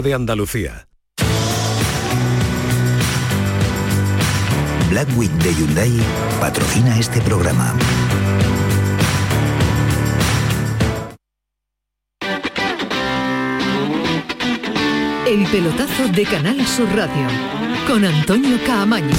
de Andalucía. Black Week de Hyundai patrocina este programa. El pelotazo de Canal Sur Radio con Antonio Caamaño.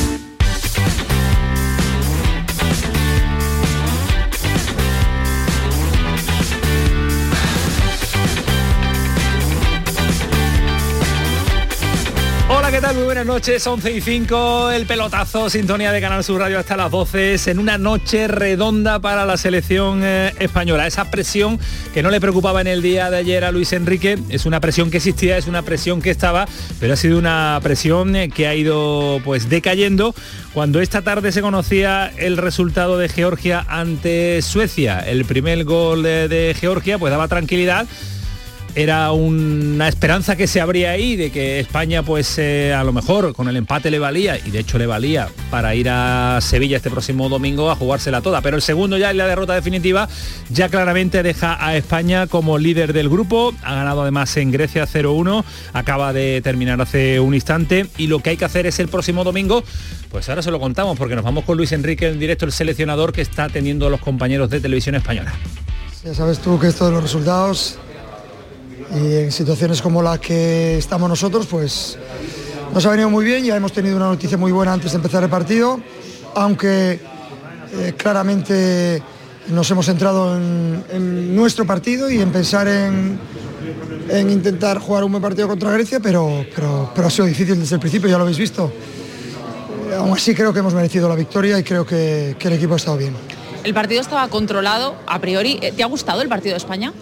Hola, ¿qué tal? Muy buenas noches, 11:05, el pelotazo, sintonía de Canal Sur Radio hasta las 12, en una noche redonda para la selección española. Esa presión que no le preocupaba en el día de ayer a Luis Enrique, es una presión que existía, es una presión que estaba, pero ha sido una presión que ha ido pues decayendo cuando esta tarde se conocía el resultado de Georgia ante Suecia. El primer gol de Georgia pues daba tranquilidad. Era una esperanza que se abría ahí de que España pues a lo mejor con el empate le valía, y de hecho le valía para ir a Sevilla este próximo domingo a jugársela toda, pero el segundo ya en la derrota definitiva ya claramente deja a España como líder del grupo. Ha ganado además en Grecia 0-1, acaba de terminar hace un instante, y lo que hay que hacer es el próximo domingo, pues ahora se lo contamos porque nos vamos con Luis Enrique en directo, el seleccionador que está atendiendo a los compañeros de Televisión Española. Ya sabes tú que esto de los resultados, y en situaciones como la que estamos nosotros, pues nos ha venido muy bien. Ya hemos tenido una noticia muy buena antes de empezar el partido, aunque claramente nos hemos centrado en nuestro partido y en pensar en intentar jugar un buen partido contra Grecia, pero ha sido difícil desde el principio, ya lo habéis visto. Aún así creo que hemos merecido la victoria y creo que el equipo ha estado bien. El partido estaba controlado a priori. ¿Te ha gustado el partido de España?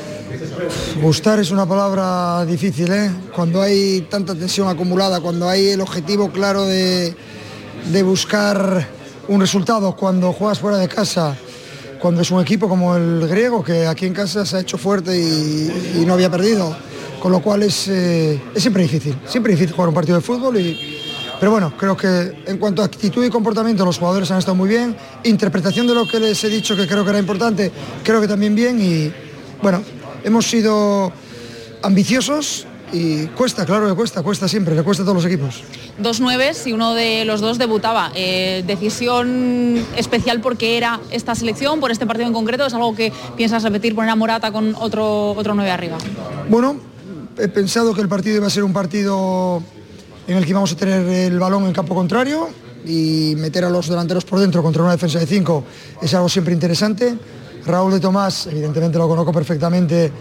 Gustar es una palabra difícil, ¿eh? Cuando hay tanta tensión acumulada, cuando hay el objetivo claro de buscar un resultado, cuando juegas fuera de casa, cuando es un equipo como el griego, que aquí en casa se ha hecho fuerte y no había perdido, con lo cual es siempre difícil jugar un partido de fútbol. Pero bueno, creo que en cuanto a actitud y comportamiento los jugadores han estado muy bien, interpretación de lo que les he dicho que creo que era importante, creo que también bien, y bueno, hemos sido ambiciosos y cuesta, claro que cuesta siempre, le cuesta a todos los equipos. 2 nueves y uno de los dos debutaba. ¿Decisión especial porque era esta selección, por este partido en concreto? ¿Es algo que piensas repetir, poner a Morata con otro 9 arriba? Bueno, he pensado que el partido iba a ser un partido en el que íbamos a tener el balón en campo contrario y meter a los delanteros por dentro contra una defensa de 5 es algo siempre interesante. Raúl de Tomás, evidentemente lo conozco perfectamente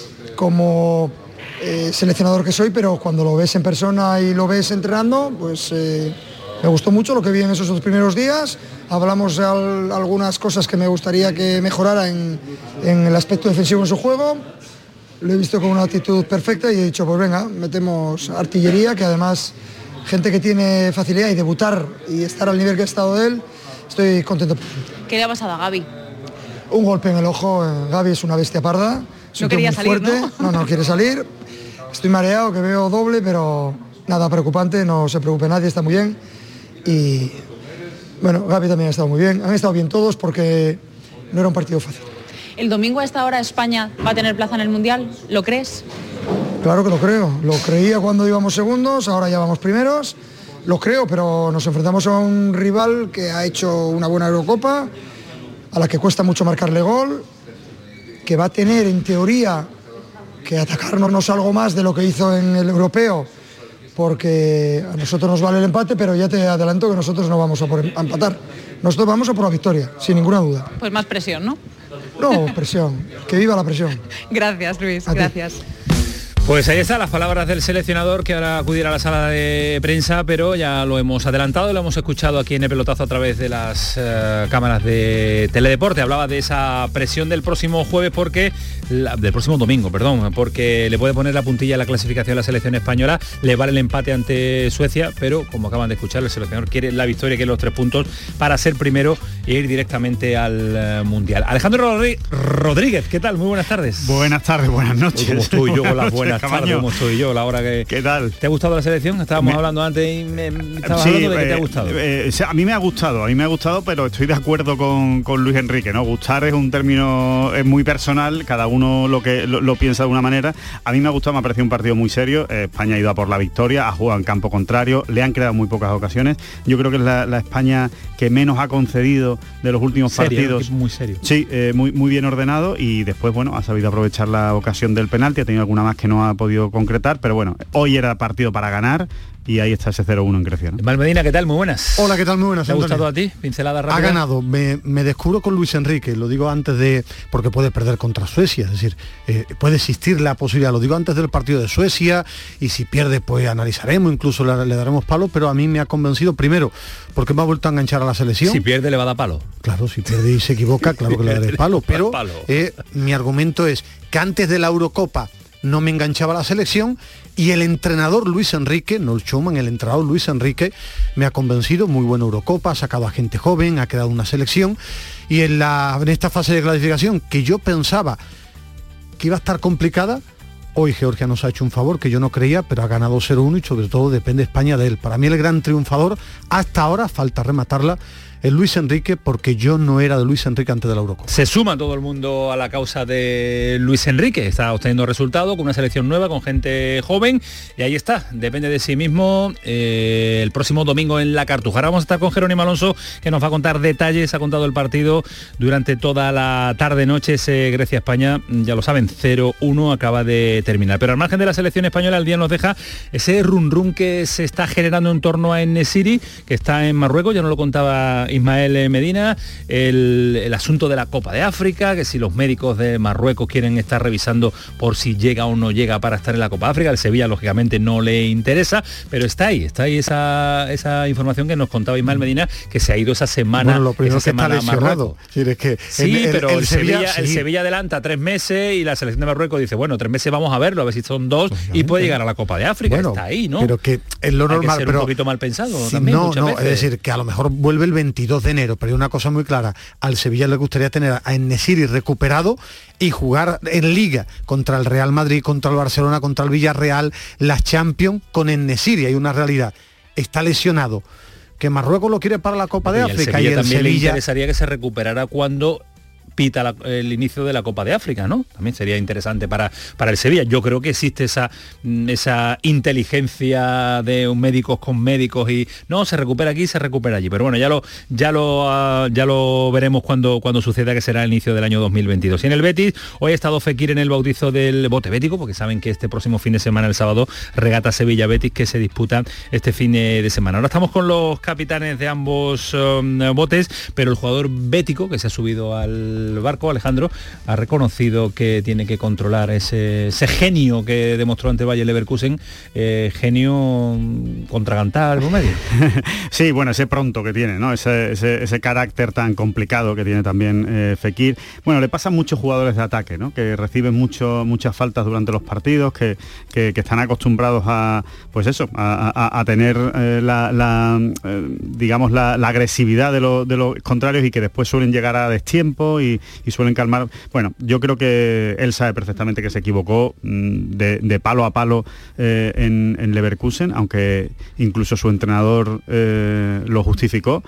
como seleccionador que soy, pero cuando lo ves en persona y lo ves entrenando, pues me gustó mucho lo que vi en esos 2 primeros días. Hablamos de algunas cosas que me gustaría que mejorara en el aspecto defensivo en su juego. Lo he visto con una actitud perfecta y he dicho, pues venga, metemos artillería, que además gente que tiene facilidad, y debutar y estar al nivel que ha estado él, estoy contento. ¿Qué le ha pasado a Gavi? Un golpe en el ojo. Gavi es una bestia parda. No quería salir, fuerte. No quiere salir. Estoy mareado, que veo doble, pero nada preocupante, no se preocupe nadie, está muy bien. Y bueno, Gavi también ha estado muy bien. Han estado bien todos porque no era un partido fácil. ¿El domingo a esta hora España va a tener plaza en el Mundial? ¿Lo crees? Claro que lo creo. Lo creía cuando íbamos segundos, ahora ya vamos primeros. Lo creo, pero nos enfrentamos a un rival que ha hecho una buena Eurocopa, a la que cuesta mucho marcarle gol, que va a tener en teoría que atacarnos algo más de lo que hizo en el europeo, porque a nosotros nos vale el empate, pero ya te adelanto que nosotros no vamos a empatar, nosotros vamos a por la victoria, sin ninguna duda. Pues más presión, ¿no? No, presión, que viva la presión. Gracias, Luis, gracias. Pues ahí están las palabras del seleccionador, que ahora acudirá a la sala de prensa, pero ya lo hemos adelantado, lo hemos escuchado aquí en el pelotazo a través de las cámaras de Teledeporte. Hablaba de esa presión del próximo jueves, del próximo domingo, porque le puede poner la puntilla a la clasificación de la selección española, le vale el empate ante Suecia, pero como acaban de escuchar, el seleccionador quiere la victoria, quiere los 3 puntos para ser primero e ir directamente al Mundial. Alejandro Rodríguez, ¿qué tal? Muy buenas tardes. Buenas tardes, buenas noches. Como estoy yo con las buenas Buenas tardes, ¿cómo estoy yo? La hora que... ¿Qué tal? ¿Te ha gustado la selección? Estábamos hablando antes y estabas hablando de que te ha gustado. A mí me ha gustado, pero estoy de acuerdo con Luis Enrique, ¿no? Gustar es un término muy personal, cada uno lo piensa de una manera. A mí me ha gustado, me ha parecido un partido muy serio. España ha ido a por la victoria, ha jugado en campo contrario, le han creado muy pocas ocasiones. Yo creo que es la España que menos ha concedido de los últimos partidos. Muy serio. Sí, muy bien ordenado, y después, bueno, ha sabido aprovechar la ocasión del penalti, ha tenido alguna más que no ha podido concretar, pero bueno, hoy era partido para ganar y ahí está ese 0-1 en Grecia, ¿no? Ismael Medina, ¿qué tal? Muy buenas. Hola, ¿qué tal? Muy buenas. ¿Te ha gustado a ti? Pincelada rápida. Ha ganado. Me descubro con Luis Enrique, lo digo antes de... porque puede perder contra Suecia, es decir, puede existir la posibilidad, lo digo antes del partido de Suecia, y si pierde pues analizaremos, incluso le daremos palo, pero a mí me ha convencido, primero, porque me ha vuelto a enganchar a la selección. Si pierde le va a dar palo. Claro, si pierde y se equivoca, claro que le daré palo, pero mi argumento es que antes de la Eurocopa no me enganchaba la selección, y el entrenador Luis Enrique, no el showman, el entrenador Luis Enrique me ha convencido. Muy buena Eurocopa, ha sacado a gente joven, ha creado una selección, y en esta fase de clasificación que yo pensaba que iba a estar complicada, hoy Georgia nos ha hecho un favor que yo no creía, pero ha ganado 0-1 y sobre todo depende España de él. Para mí el gran triunfador hasta ahora, falta rematarla, es Luis Enrique, porque yo no era de Luis Enrique antes de la Eurocopa. Se suma todo el mundo a la causa de Luis Enrique, está obteniendo resultados con una selección nueva, con gente joven, y ahí está, depende de sí mismo. El próximo domingo en la Cartuja. Ahora vamos a estar con Jerónimo Alonso, que nos va a contar detalles, ha contado el partido durante toda la tarde-noche, ese Grecia-España, ya lo saben, 0-1 acaba de terminar. Pero al margen de la selección española, el día nos deja ese run que se está generando en torno a En-Nesyri, que está en Marruecos, ya nos lo contaba Ismael Medina, el asunto de la Copa de África, que si los médicos de Marruecos quieren estar revisando por si llega o no llega para estar en la Copa de África. El Sevilla lógicamente no le interesa, pero está ahí esa información que nos contaba Ismael Medina, que se ha ido esa semana. Bueno, lo primero que está lesionado. Pero el Sevilla adelanta 3 meses y la selección de Marruecos dice, bueno, 3 meses vamos a verlo, a ver si son 2 y puede llegar a la Copa de África. Bueno, está ahí, ¿no? Pero que es lo normal, pero un poquito mal pensado sí, también, muchas veces. Es decir, que a lo mejor vuelve el 22 de enero, pero hay una cosa muy clara: al Sevilla le gustaría tener a En-Nesyri recuperado y jugar en Liga contra el Real Madrid, contra el Barcelona, contra el Villarreal, las Champions con En-Nesyri. Hay una realidad, está lesionado, que Marruecos lo quiere para la Copa de África, y el también Sevilla le interesaría que se recuperara cuando pita el inicio de la Copa de África, ¿no? También sería interesante para el Sevilla. Yo creo que existe esa inteligencia de médicos con médicos y no, se recupera aquí, se recupera allí. Pero bueno, ya lo veremos cuando suceda, que será el inicio del año 2022. Y en el Betis, hoy ha estado Fekir en el bautizo del bote bético, porque saben que este próximo fin de semana, el sábado, regata Sevilla-Betis, que se disputa este fin de semana. Ahora estamos con los capitanes de ambos botes, pero el jugador bético que se ha subido al barco, Alejandro, ha reconocido que tiene que controlar ese genio que demostró ante Bayer Leverkusen, genio contragantar por medio. Sí, bueno, ese pronto que tiene, ¿no? Ese carácter tan complicado que tiene también Fekir. Bueno, le pasan muchos jugadores de ataque, ¿no? Que reciben muchas faltas durante los partidos, que están acostumbrados a, pues eso, a tener digamos la agresividad de los contrarios, y que después suelen llegar a destiempo y suelen calmar. Bueno, yo creo que él sabe perfectamente que se equivocó de palo a palo en Leverkusen, aunque incluso su entrenador lo justificó.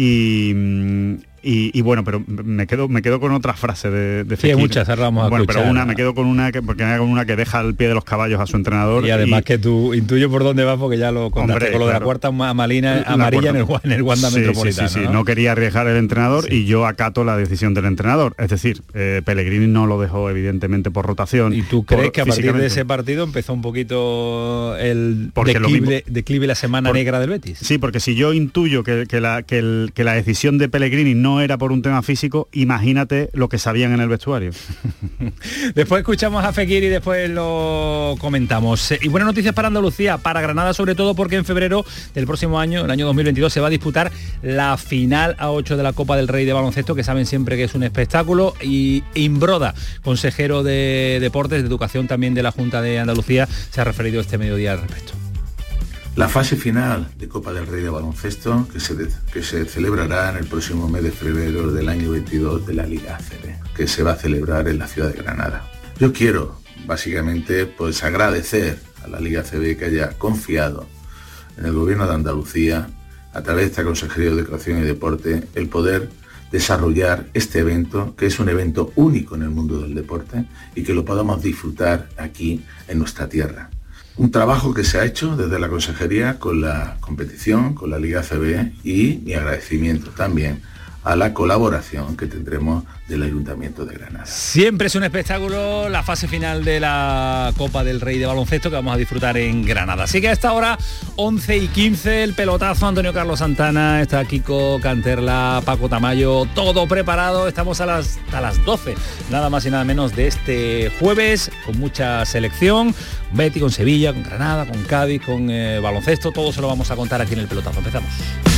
Y bueno, pero me quedo con otra frase de Fekir. Sí, hay muchas, ahora vamos a escuchar. Pero me quedo con una que deja al pie de los caballos a su entrenador. Y además que tú intuyo por dónde va, porque ya lo contaste, con lo de la cuarta amarilla en el Wanda Metropolitano. Sí, ¿no? Quería arriesgar el entrenador, y yo acato la decisión del entrenador. Es decir, Pellegrini no lo dejó evidentemente por rotación. ¿Y tú crees que a partir de ese partido empezó un poquito el declive la semana negra del Betis? Sí, porque si yo intuyo que la decisión de Pellegrini no era por un tema físico, imagínate lo que sabían en el vestuario. Después escuchamos a Fekir y después lo comentamos. Y buenas noticias para Andalucía, para Granada sobre todo, porque en febrero del próximo año, el año 2022, se va a disputar la final A8 de la Copa del Rey de baloncesto, que saben siempre que es un espectáculo. Y Imbroda, consejero de Deportes, de Educación también de la Junta de Andalucía, se ha referido este mediodía al respecto. La fase final de Copa del Rey de baloncesto, que se celebrará en el próximo mes de febrero del año 22 de la Liga ACB, que se va a celebrar en la ciudad de Granada. Yo quiero básicamente pues agradecer a la Liga ACB que haya confiado en el Gobierno de Andalucía, a través de esta Consejería de Educación y Deporte, el poder desarrollar este evento, que es un evento único en el mundo del deporte, y que lo podamos disfrutar aquí en nuestra tierra. Un trabajo que se ha hecho desde la Consejería con la competición, con la Liga ACB, y mi agradecimiento también a la colaboración que tendremos del Ayuntamiento de Granada. Siempre es un espectáculo la fase final de la Copa del Rey de baloncesto que vamos a disfrutar en Granada. Así que a esta hora, 11:15, el pelotazo. Antonio Carlos Santana, está Kiko Canterla, Paco Tamayo, todo preparado. Estamos a las 12, nada más y nada menos, de este jueves, con mucha selección, Betis, con Sevilla, con Granada, con Cádiz, con baloncesto. Todo se lo vamos a contar aquí en el pelotazo. Empezamos.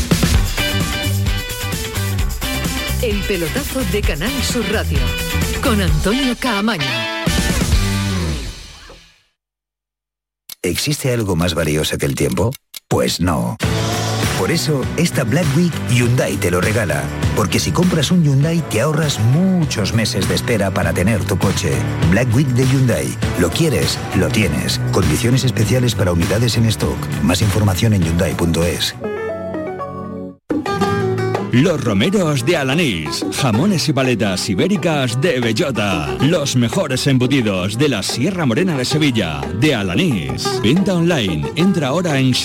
El pelotazo de Canal Sur Radio, con Antonio Caamaño. ¿Existe algo más valioso que el tiempo? Pues no. Por eso, esta Black Week Hyundai te lo regala. Porque si compras un Hyundai te ahorras muchos meses de espera para tener tu coche. Black Week de Hyundai. Lo quieres, lo tienes. Condiciones especiales para unidades en stock. Más información en Hyundai.es. Los romeros de Alanís, jamones y paletas ibéricas de bellota, los mejores embutidos de la Sierra Morena de Sevilla, de Alanís. Venta online, entra ahora en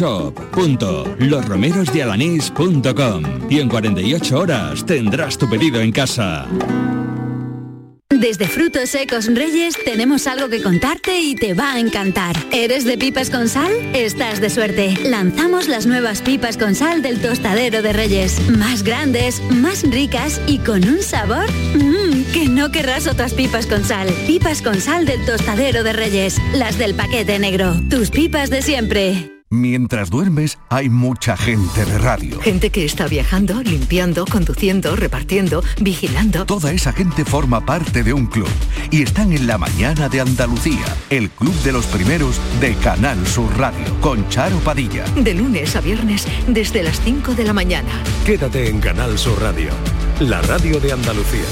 shop.losromerosdealanís.com y en 48 horas tendrás tu pedido en casa. Desde Frutos Secos Reyes tenemos algo que contarte y te va a encantar. ¿Eres de pipas con sal? Estás de suerte. Lanzamos las nuevas pipas con sal del Tostadero de Reyes. Más grandes, más ricas y con un sabor que no querrás otras pipas con sal. Pipas con sal del Tostadero de Reyes. Las del paquete negro. Tus pipas de siempre. Mientras duermes, hay mucha gente de radio. Gente que está viajando, limpiando, conduciendo, repartiendo, vigilando. Toda esa gente forma parte de un club y están en la mañana de Andalucía, el club de los primeros de Canal Sur Radio, con Charo Padilla. De lunes a viernes, desde las 5 de la mañana. Quédate en Canal Sur Radio, la radio de Andalucía.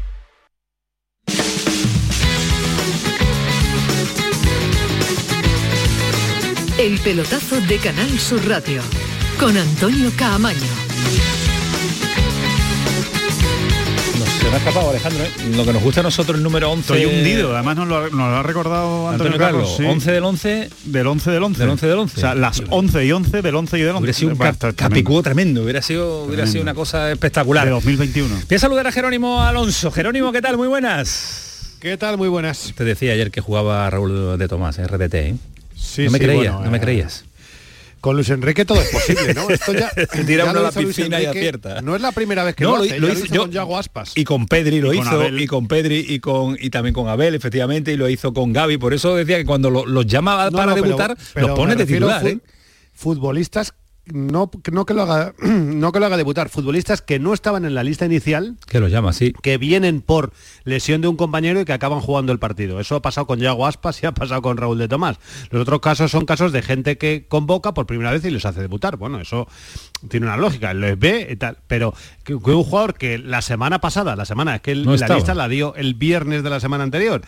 El pelotazo de Canal Sur Radio, con Antonio Caamaño. Se me ha escapado, Alejandro, ¿eh? Lo que nos gusta a nosotros, el número 11. Estoy hundido, además nos lo ha recordado Antonio Carlos. Sí. 11 del 11. Del 11 del 11. Del 11 del 11. O sea, las 11 y 11 del 11 y del 11. Hubiera sido un capicúo tremendo, hubiera sido una cosa espectacular. De 2021. Voy a saludar a Jerónimo Alonso. Jerónimo, ¿qué tal? Muy buenas. ¿Qué tal? Muy buenas. Te decía ayer que jugaba Raúl de Tomás, RDT, ¿eh? Sí, no me creías, bueno, no me creías. Con Luis Enrique todo es posible, ¿no? Esto ya tira uno a la piscina y acierta. No es la primera vez que lo hace, lo hizo yo, con Yago Aspas. Y con Pedri lo hizo, y con Pedri y también con Abel, efectivamente, y lo hizo con Gavi. Por eso decía que cuando los llama para debutar, pero los pone de titular, ¿eh? Futbolistas no que lo haga debutar, futbolistas que no estaban en la lista inicial, que los llama, sí, que vienen por lesión de un compañero y que acaban jugando el partido. Eso ha pasado con Yago Aspas y ha pasado con Raúl de Tomás. Los otros casos son casos de gente que convoca por primera vez y les hace debutar. Bueno, eso tiene una lógica, les ve y tal, pero que un jugador que la semana lista la dio el viernes de la semana anterior,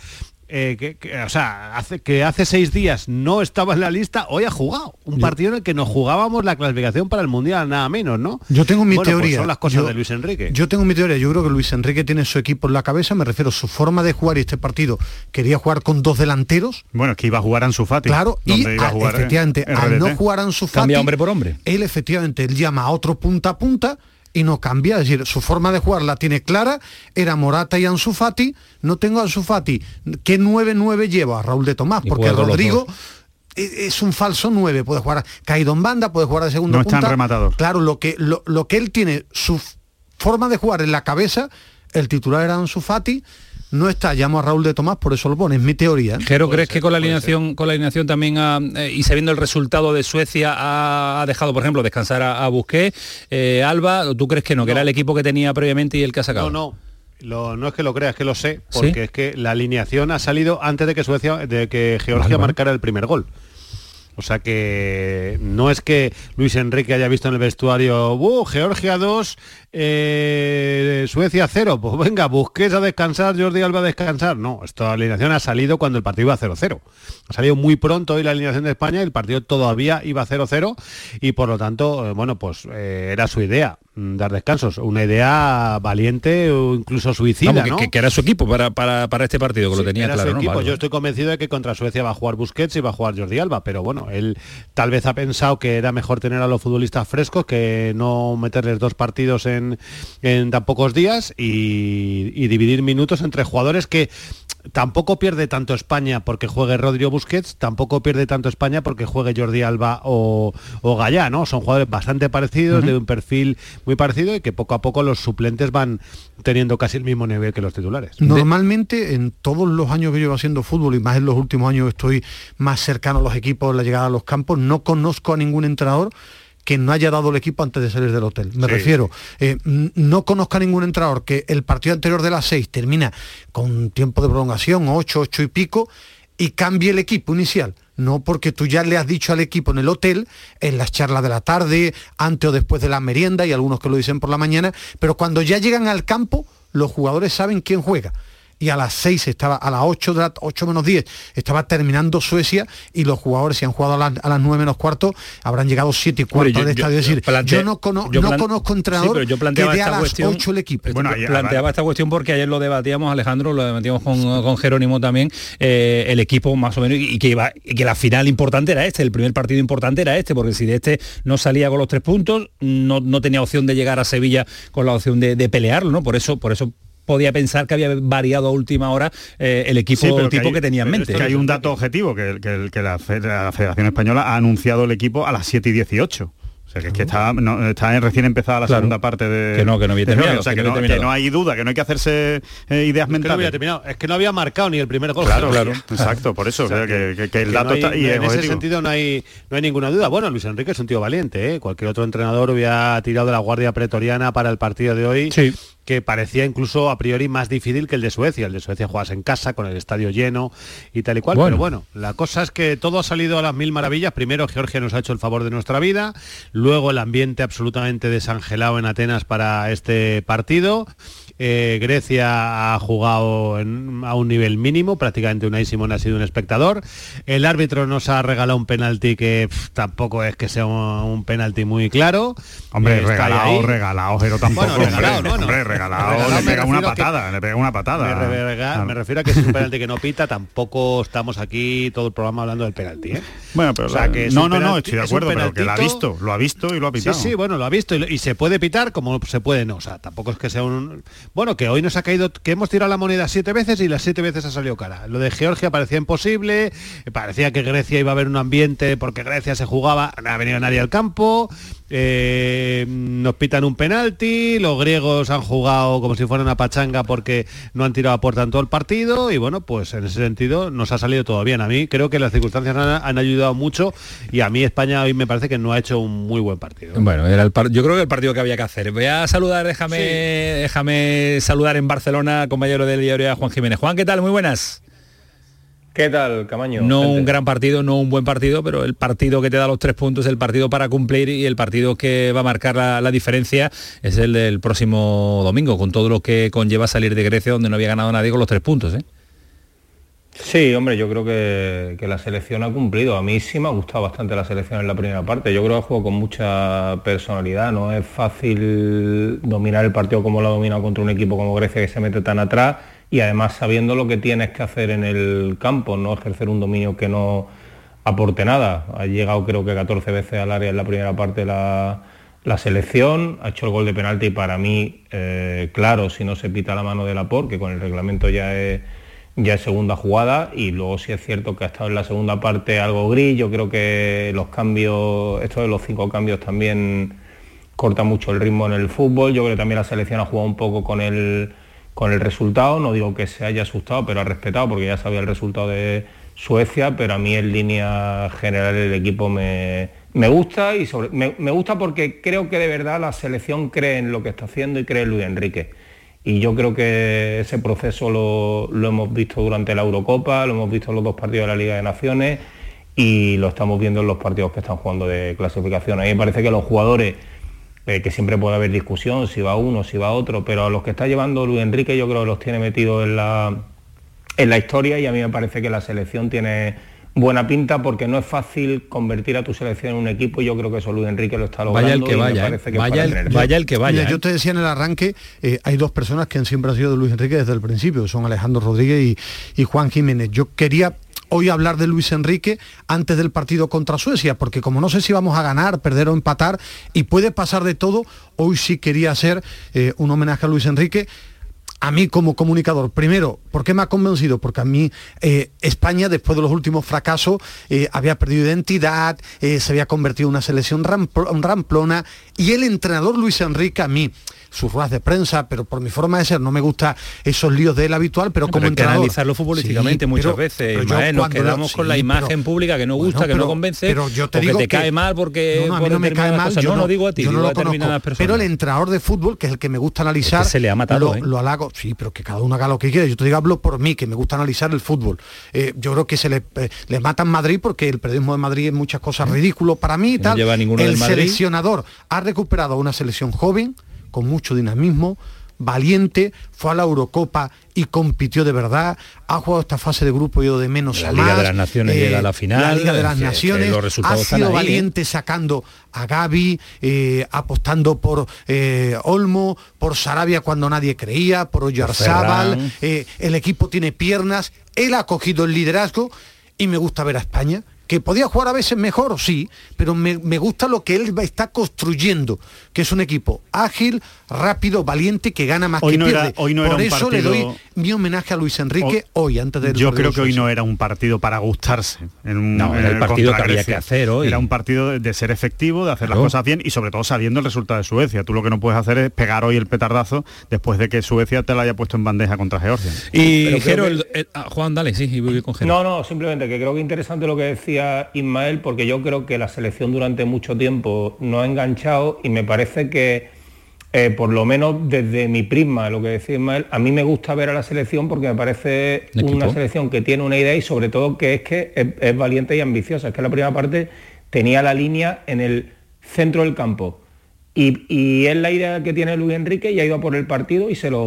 hace 6 días no estaba en la lista, hoy ha jugado un partido en el que nos jugábamos la clasificación para el Mundial, nada menos, ¿no? Yo tengo mi teoría. Pues son las cosas de Luis Enrique. Yo tengo mi teoría. Yo creo que Luis Enrique tiene su equipo en la cabeza, me refiero a su forma de jugar, y este partido quería jugar con 2 delanteros. Bueno, es que iba a jugar Ansu Fati. Claro, y efectivamente, al no jugar Ansu Fati, cambia hombre por hombre. Él efectivamente llama a otro punta a punta y no cambia, es decir, su forma de jugar la tiene clara, era Morata y Ansu Fati. No tengo a Ansu Fati, ¿qué 9-9 lleva? A Raúl de Tomás, porque Rodrigo es un falso 9, puede jugar caído en banda, puede jugar de segundo punta. No están rematados. Claro, lo que él tiene, su forma de jugar en la cabeza, el titular era Ansu Fati, no está, llamo a Raúl de Tomás, por eso lo pone, es mi teoría. Jero, ¿crees que con la alineación también y sabiendo el resultado de Suecia ha dejado, por ejemplo, descansar a Busquets, Alba? ¿Tú crees que no, que era el equipo que tenía previamente y el que ha sacado? No es que lo creas, es que lo sé, porque ¿sí? Es que la alineación ha salido antes de que Georgia marcara el primer gol. O sea que no es que Luis Enrique haya visto en el vestuario, Georgia 2, Suecia 0, pues venga, Busquets a descansar, Jordi Alba a descansar. No, esta alineación ha salido cuando el partido iba 0-0. Ha salido muy pronto hoy la alineación de España, el partido todavía iba 0-0 y por lo tanto, bueno, pues era su idea, dar descansos. Una idea valiente o incluso suicida, vamos, ¿no? que era su equipo para este partido, que sí, lo tenía era claro, su equipo. ¿no? Vale. Yo estoy convencido de que contra Suecia va a jugar Busquets y va a jugar Jordi Alba, pero bueno, él tal vez ha pensado que era mejor tener a los futbolistas frescos que no meterles 2 partidos en tan pocos días y dividir minutos entre jugadores que tampoco pierde tanto España porque juegue Rodrigo Busquets, tampoco pierde tanto España porque juegue Jordi Alba o Gallá, ¿no? Son jugadores bastante parecidos, de un perfil muy parecido y que poco a poco los suplentes van teniendo casi el mismo nivel que los titulares. Normalmente en todos los años que llevo haciendo fútbol y más en los últimos años estoy más cercano a los equipos, la llegada a los campos, no conozco a ningún entrenador que no haya dado el equipo antes de salir del hotel. Me refiero, no conozco a ningún entrenador que el partido anterior de las 6 termina con tiempo de prolongación, 8 y pico, y cambie el equipo inicial. No, porque tú ya le has dicho al equipo en el hotel, en las charlas de la tarde, antes o después de la merienda, y algunos que lo dicen por la mañana, pero cuando ya llegan al campo, los jugadores saben quién juega. Y a las 6 estaba, a las 8 menos 10 estaba terminando Suecia y los jugadores, si han jugado a las 9 menos cuarto, habrán llegado 7 y cuarto al estadio. Es decir, yo no conozco entrenador que dé a las 8 el equipo. Bueno, planteaba esta cuestión porque ayer lo debatíamos, Alejandro, lo debatíamos con Jerónimo también, el equipo más o menos, y que la final importante era el primer partido importante era porque si de este no salía con los 3 puntos, no tenía opción de llegar a Sevilla con la opción de pelearlo, ¿no? Por eso podía pensar que había variado a última hora el equipo que tenía en mente. Es que hay un dato objetivo, que la Federación Española ha anunciado el equipo a las 7:18. O sea, que es que está recién empezada la segunda parte de... Que no había terminado. O sea, que no hay duda, que no hay que hacerse ideas mentales. Que no había terminado. Es que no había marcado ni el primer gol. Claro. Exacto, por eso. O sea, que el dato está... Y en ese sentido no hay ninguna duda. Bueno, Luis Enrique es un tío valiente, ¿eh? Cualquier otro entrenador hubiera tirado de la guardia pretoriana para el partido de hoy. Sí. Que parecía incluso a priori más difícil que el de Suecia. El de Suecia juegas en casa, con el estadio lleno y tal y cual. Pero bueno, la cosa es que todo ha salido a las mil maravillas. Primero, Georgia nos ha hecho el favor de nuestra vida. Luego, el ambiente absolutamente desangelado en Atenas para este partido. Grecia ha jugado a un nivel mínimo, prácticamente Unai Simón ha sido un espectador. El árbitro nos ha regalado un penalti que tampoco es que sea un penalti muy claro. Hombre, regalado, pero tampoco. Bueno, regalado, le pega una patada. Me refiero a que es un penalti que no pita, tampoco estamos aquí todo el programa hablando del penalti, ¿eh? Bueno, pero no, estoy de acuerdo, pero que lo ha visto y lo ha pitado. Sí, bueno, lo ha visto y se puede pitar como se puede no. O sea, tampoco es que sea un... Bueno, que hoy nos ha caído, que hemos tirado la moneda 7 veces y las 7 veces ha salido cara. Lo de Georgia parecía imposible, parecía que Grecia iba a haber un ambiente porque Grecia se jugaba, no ha venido nadie al campo, nos pitan un penalti, los griegos han jugado como si fuera una pachanga porque no han tirado a puerta en todo el partido y bueno, pues en ese sentido nos ha salido todo bien. A mí creo que las circunstancias han ayudado mucho y a mí España hoy me parece que no ha hecho un muy buen partido. Bueno, yo creo que el partido que había que hacer. Voy a saludar, déjame saludar en Barcelona, compañero del diario, a Juan Jiménez. Juan, ¿qué tal? Muy buenas. ¿Qué tal, Camaño? No un gran partido, no un buen partido, pero el partido que te da los 3 puntos, el partido para cumplir y el partido que va a marcar la diferencia es el del próximo domingo, con todo lo que conlleva salir de Grecia, donde no había ganado nadie con los 3 puntos, ¿eh? Sí, hombre, yo creo que la selección ha cumplido. A mí sí me ha gustado bastante la selección en la primera parte. Yo creo que juego con mucha personalidad. No es fácil dominar el partido como lo ha dominado contra un equipo como Grecia, que se mete tan atrás y además sabiendo lo que tienes que hacer en el campo, no ejercer un dominio que no aporte nada. Ha llegado creo que 14 veces al área en la primera parte la selección, ha hecho el gol de penalti y para mí, claro, si no se pita la mano de Laporte, que con el reglamento ya es segunda jugada, y luego sí es cierto que ha estado en la segunda parte algo gris. Yo creo que los cambios, esto de los 5 cambios también corta mucho el ritmo en el fútbol. Yo creo que también la selección ha jugado un poco con el resultado, no digo que se haya asustado, pero ha respetado porque ya sabía el resultado de Suecia, pero a mí en línea general el equipo me gusta y me gusta porque creo que de verdad la selección cree en lo que está haciendo y cree en Luis Enrique. Y yo creo que ese proceso lo hemos visto durante la Eurocopa, lo hemos visto en los 2 partidos de la Liga de Naciones y lo estamos viendo en los partidos que están jugando de clasificación. A mí me parece que los jugadores, que siempre puede haber discusión, si va uno, si va otro, pero a los que está llevando Luis Enrique yo creo que los tiene metidos en la historia, y a mí me parece que la selección tiene buena pinta, porque no es fácil convertir a tu selección en un equipo, y yo creo que eso Luis Enrique lo está logrando. Vaya el que vaya, el que vaya. Mira, yo te decía en el arranque, hay dos personas que siempre han sido de Luis Enrique desde el principio, son Alejandro Rodríguez y Juan Jiménez. Yo quería hoy hablar de Luis Enrique antes del partido contra Suecia, porque como no sé si vamos a ganar, perder o empatar, y puede pasar de todo, hoy sí quería hacer un homenaje a Luis Enrique. A mí como comunicador, primero, ¿por qué me ha convencido? Porque a mí España, después de los últimos fracasos, había perdido identidad, se había convertido en una selección ramplona, y el entrenador Luis Enrique, a mí, sus ruedas de prensa, pero por mi forma de ser no me gusta esos líos de él habitual, pero como entrenador... Hay que analizarlo futbolísticamente muchas veces, Ismael, nos quedamos con la imagen pública que no gusta, que no convence, pero yo te digo que te cae mal porque... No, a mí no me cae mal, yo no digo a ti, yo no lo conozco, pero el entrenador de fútbol, que es el que me gusta analizar, es que se le ha matado, lo halago, sí, pero que cada uno haga lo que quiera. Yo te digo, hablo por mí, que me gusta analizar el fútbol. Yo creo que se le mata en Madrid, porque el periodismo de Madrid es muchas cosas ridículo para mí y tal. No lleva ninguno el del Madrid. Seleccionador ha recuperado una selección joven, con mucho dinamismo, valiente, fue a la Eurocopa y compitió de verdad, ha jugado esta fase de grupo, ido de menos a más. La Liga de las Naciones llega a la final. La Liga de las Naciones, ha sido valiente sacando a Gavi, apostando por Olmo, por Sarabia cuando nadie creía, por Oyarzábal, el equipo tiene piernas, él ha cogido el liderazgo, y me gusta ver a España, que podía jugar a veces mejor, sí, pero me gusta lo que él está construyendo, que es un equipo ágil, rápido, valiente, que gana más que pierde. Por eso le doy mi homenaje a Luis Enrique hoy, antes del... Yo creo que hoy no era un partido para gustarse. Era el partido que había que hacer hoy. Era un partido de ser efectivo, de hacer las cosas bien, y sobre todo sabiendo el resultado de Suecia. Tú lo que no puedes hacer es pegar hoy el petardazo después de que Suecia te la haya puesto en bandeja contra Georgia. Y Jero, Juan, dale, sí, y voy con Jero. No, simplemente que creo que interesante lo que decía Ismael, porque yo creo que la selección durante mucho tiempo no ha enganchado, y me parece que por lo menos desde mi prisma, lo que decía Ismael, a mí me gusta ver a la selección porque me parece una selección que tiene una idea, y sobre todo que es valiente y ambiciosa. Es que en la primera parte tenía la línea en el centro del campo, y es la idea que tiene Luis Enrique, y ha ido a por el partido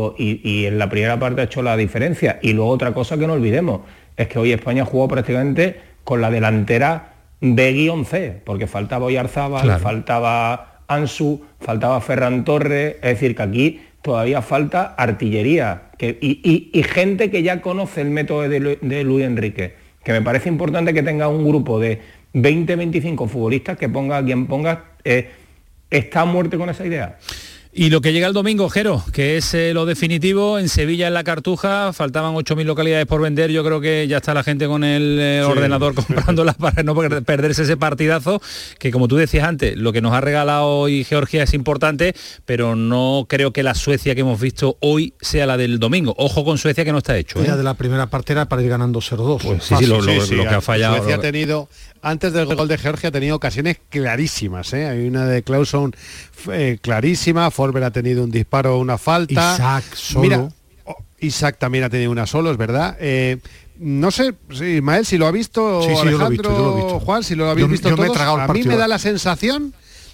y en la primera parte ha hecho la diferencia. Y luego otra cosa que no olvidemos es que hoy España jugó prácticamente con la delantera B-C, porque faltaba Oyarzábal, faltaba Ansu, faltaba Ferran Torres, es decir, que aquí todavía falta artillería y gente que ya conoce el método de Luis Enrique, que me parece importante que tenga un grupo de 20-25 futbolistas, que ponga a quien ponga, está a muerte con esa idea. Y lo que llega el domingo, Jero, que es lo definitivo, en Sevilla, en la Cartuja, faltaban 8.000 localidades por vender, yo creo que ya está la gente con el ordenador comprándolas para no perderse ese partidazo, que como tú decías antes, lo que nos ha regalado hoy Georgia es importante, pero no creo que la Suecia que hemos visto hoy sea la del domingo. Ojo con Suecia, que no está hecho. La de la primera parte era para ir ganando 0-2. Pues lo que ha fallado. Suecia ha tenido, antes del gol de Georgia, ha tenido ocasiones clarísimas. Hay una de Clauson clarísima, Forber ha tenido un disparo, una falta. Isaac solo. Mira, Isaac también ha tenido una solo, es verdad. No sé, Ismael, si lo ha visto, Alejandro, yo lo he visto. Juan, si lo habéis visto todos. A mí me da la sensación,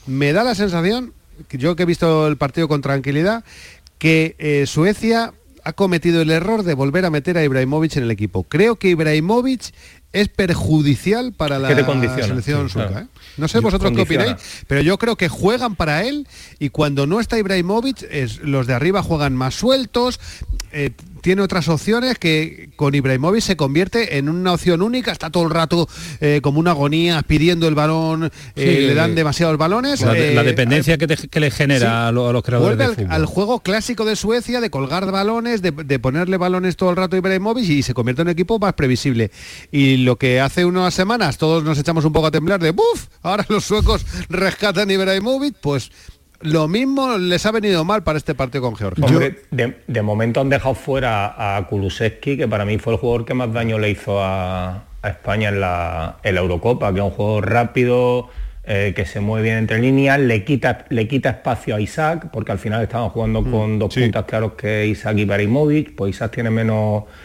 yo que he visto el partido con tranquilidad, que Suecia ha cometido el error de volver a meter a Ibrahimovic en el equipo. Creo que Ibrahimovic es perjudicial para la selección sueca. Claro. No sé vosotros qué opináis, pero yo creo que juegan para él, y cuando no está Ibrahimovic, los de arriba juegan más sueltos, tiene otras opciones, que con Ibrahimovic se convierte en una opción única, está todo el rato como una agonía pidiendo el balón, le dan demasiados balones. La dependencia que le genera a los creadores de fútbol. Al juego clásico de Suecia, de colgar balones, de ponerle balones todo el rato a Ibrahimovic, y se convierte en un equipo más previsible. Y lo que hace unas semanas todos nos echamos un poco a temblar de ¡buf! Ahora los suecos rescatan a Ibrahimovic, pues lo mismo les ha venido mal para este partido con Georgia. Hombre, de momento han dejado fuera a Kulusevski, que para mí fue el jugador que más daño le hizo a España en la Eurocopa, que es un jugador rápido, que se mueve bien entre líneas, le quita espacio a Isaac, porque al final estaban jugando con dos puntas claros, que Isaac y Ibrahimovic. Pues Isaac tiene menos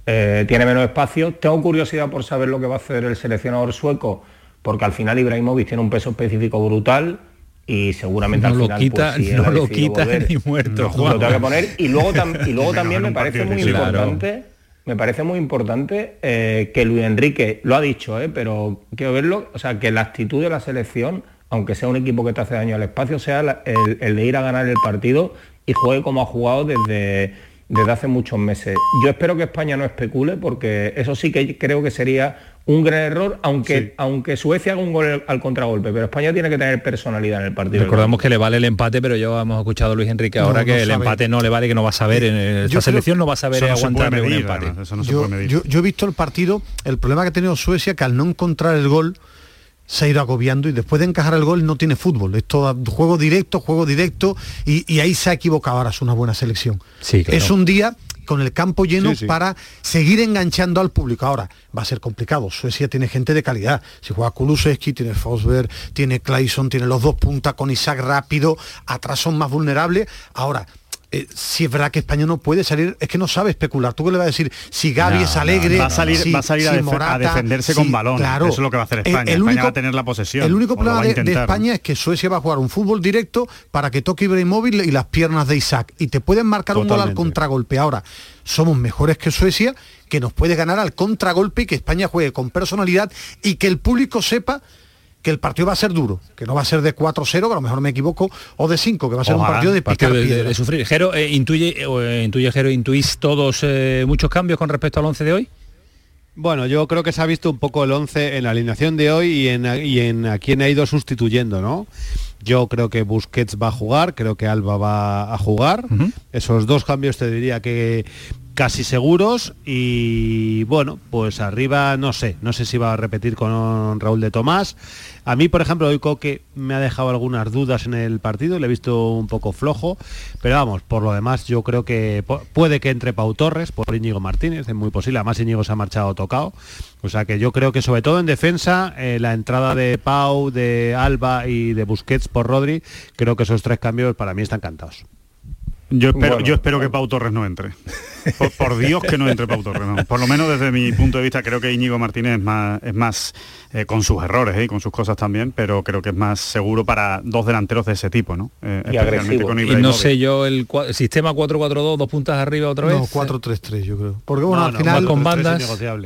tiene menos espacio. Tengo curiosidad por saber lo que va a hacer el seleccionador sueco, porque al final Ibrahimovic tiene un peso específico brutal y seguramente al final no lo quita ni muerto, Juan. Lo tengo que poner. Y luego también me parece muy importante. Me parece muy importante que Luis Enrique, lo ha dicho, pero quiero verlo, o sea, que la actitud de la selección, aunque sea un equipo que te hace daño al espacio, sea el de ir a ganar el partido y juegue como ha jugado desde hace muchos meses. Yo espero que España no especule, porque eso sí que creo que sería un gran error, aunque Suecia haga un gol al contragolpe, pero España tiene que tener personalidad en el partido. Recordamos que le vale el empate, pero ya hemos escuchado a Luis Enrique ahora que el empate no le vale, que no va a saber, esta selección no va a saber aguantar un empate. Yo he visto el partido, el problema que ha tenido Suecia, que al no encontrar el gol se ha ido agobiando, y después de encajar el gol no tiene fútbol, es todo juego directo, y ahí se ha equivocado. Ahora es una buena selección. Sí, claro. Es un día con el campo lleno para seguir enganchando al público. Ahora va a ser complicado. Suecia tiene gente de calidad. Si juega Kulusevski, tiene Forsberg, tiene Claesson, tiene los dos puntas con Isaac rápido, atrás son más vulnerables. Ahora, si es verdad que España no puede salir, es que no sabe especular. ¿Tú qué le vas a decir? Si Gavi es alegre, va a salir a defenderse con balón. Claro, eso es lo que va a hacer España. España va a tener la posesión. El único problema de España es que Suecia va a jugar un fútbol directo para que toque Ibrahimovic y las piernas de Isaac, y te pueden marcar un gol al contragolpe. Ahora, somos mejores que Suecia, que nos puede ganar al contragolpe, y que España juegue con personalidad, y que el público sepa que el partido va a ser duro, que no va a ser de 4-0, que a lo mejor me equivoco, o de 5, que va a ser un partido de picar piedra. De sufrir. Jero, ¿intuís todos muchos cambios con respecto al 11 de hoy? Bueno, yo creo que se ha visto un poco el 11 en la alineación de hoy y en a quién ha ido sustituyendo, ¿no? Yo creo que Busquets va a jugar, creo que Alba va a jugar. Esos dos cambios te diría que casi seguros, y bueno, pues arriba no sé si va a repetir con Raúl de Tomás. A mí, por ejemplo, hoy Coque me ha dejado algunas dudas en el partido, le he visto un poco flojo, pero vamos, por lo demás yo creo que puede que entre Pau Torres por Íñigo Martínez, es muy posible, además Íñigo se ha marchado tocado, o sea que yo creo que sobre todo en defensa, la entrada de Pau, de Alba y de Busquets por Rodri, creo que esos tres cambios para mí están cantados. Yo espero que Pau Torres no entre. Por Dios que no entre Pau Torres. No. Por lo menos desde mi punto de vista creo que Íñigo Martínez es más con sus errores y con sus cosas también, pero creo que es más seguro para dos delanteros de ese tipo, ¿no? Y agresivo. Con y no sé yo, el sistema 4-4-2, dos puntas arriba otra vez. No, 4-3-3 yo creo. Porque bueno, al final con bandas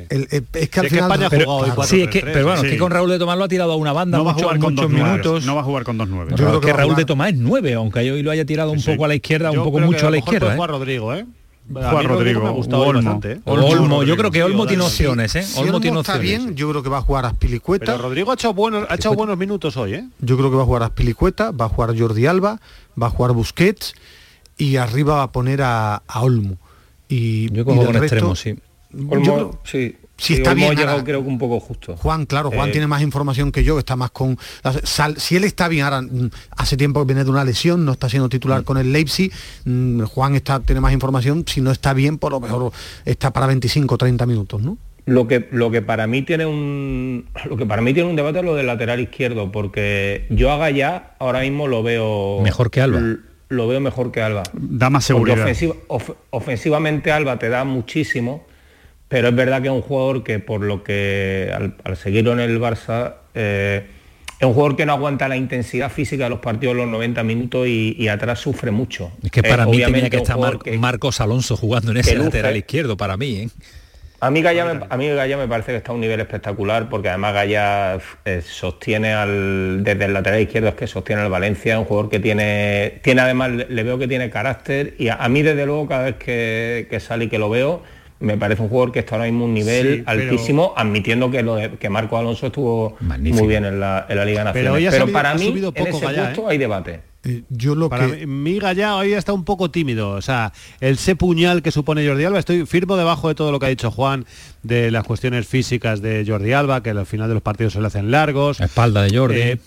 es que al final España ha jugado hoy 4-3-3. Pero bueno, es que con Raúl de Tomás lo ha tirado a una banda, no va a jugar con muchos minutos. No va a jugar con 2-9. Yo creo que Raúl de Tomás es 9, aunque hoy lo haya tirado un poco a la izquierda, un poco mucho a la izquierda. Juega Rodrigo, Juan Rodrigo, me ha gustado bastante. Olmo, yo creo que Olmo tiene opciones, Si Olmo tiene opciones. Está bien, yo creo que va a jugar Azpilicueta. Pero Rodrigo ha echado buenos minutos hoy, Yo creo que va a jugar Azpilicueta, va a jugar Jordi Alba, va a jugar Busquets, y arriba va a poner a Olmo. Y yo cojo con extremo, sí. Olmo, sí. Si está bien, ha llegado creo que un poco justo. Juan tiene más información que yo, que está más con... Si él está bien, ahora hace tiempo que viene de una lesión, no está siendo titular con el Leipzig, Juan tiene más información, si no está bien, por lo mejor está para 25 o 30 minutos, ¿no? Lo que para mí tiene un debate es lo del lateral izquierdo, porque yo a Gallá ahora mismo lo veo... Mejor que Alba. Lo veo mejor que Alba. Da más seguridad. Ofensivamente Alba te da muchísimo, pero es verdad que es un jugador que, por lo que al seguirlo en el Barça, es un jugador que no aguanta la intensidad física de los partidos los 90 minutos y atrás sufre mucho. Es que para mí tenía que estar Marcos Alonso jugando en ese lateral izquierdo, para mí. A mí Gallá me parece que está a un nivel espectacular, porque además Gallá sostiene desde el lateral izquierdo, es que sostiene al Valencia, un jugador que tiene además, le veo que tiene carácter, y a mí desde luego cada vez que sale y que lo veo, me parece un jugador que está ahora mismo un nivel altísimo, admitiendo que Marcos Alonso estuvo muy bien en la Liga Nacional. Pero para mí, en ese puesto hay debate. Para mí Gallá hoy está un poco tímido, o sea, ese puñal que supone Jordi Alba, estoy firmo debajo de todo lo que ha dicho Juan, de las cuestiones físicas de Jordi Alba, que al final de los partidos se le hacen largos. La espalda de Jordi.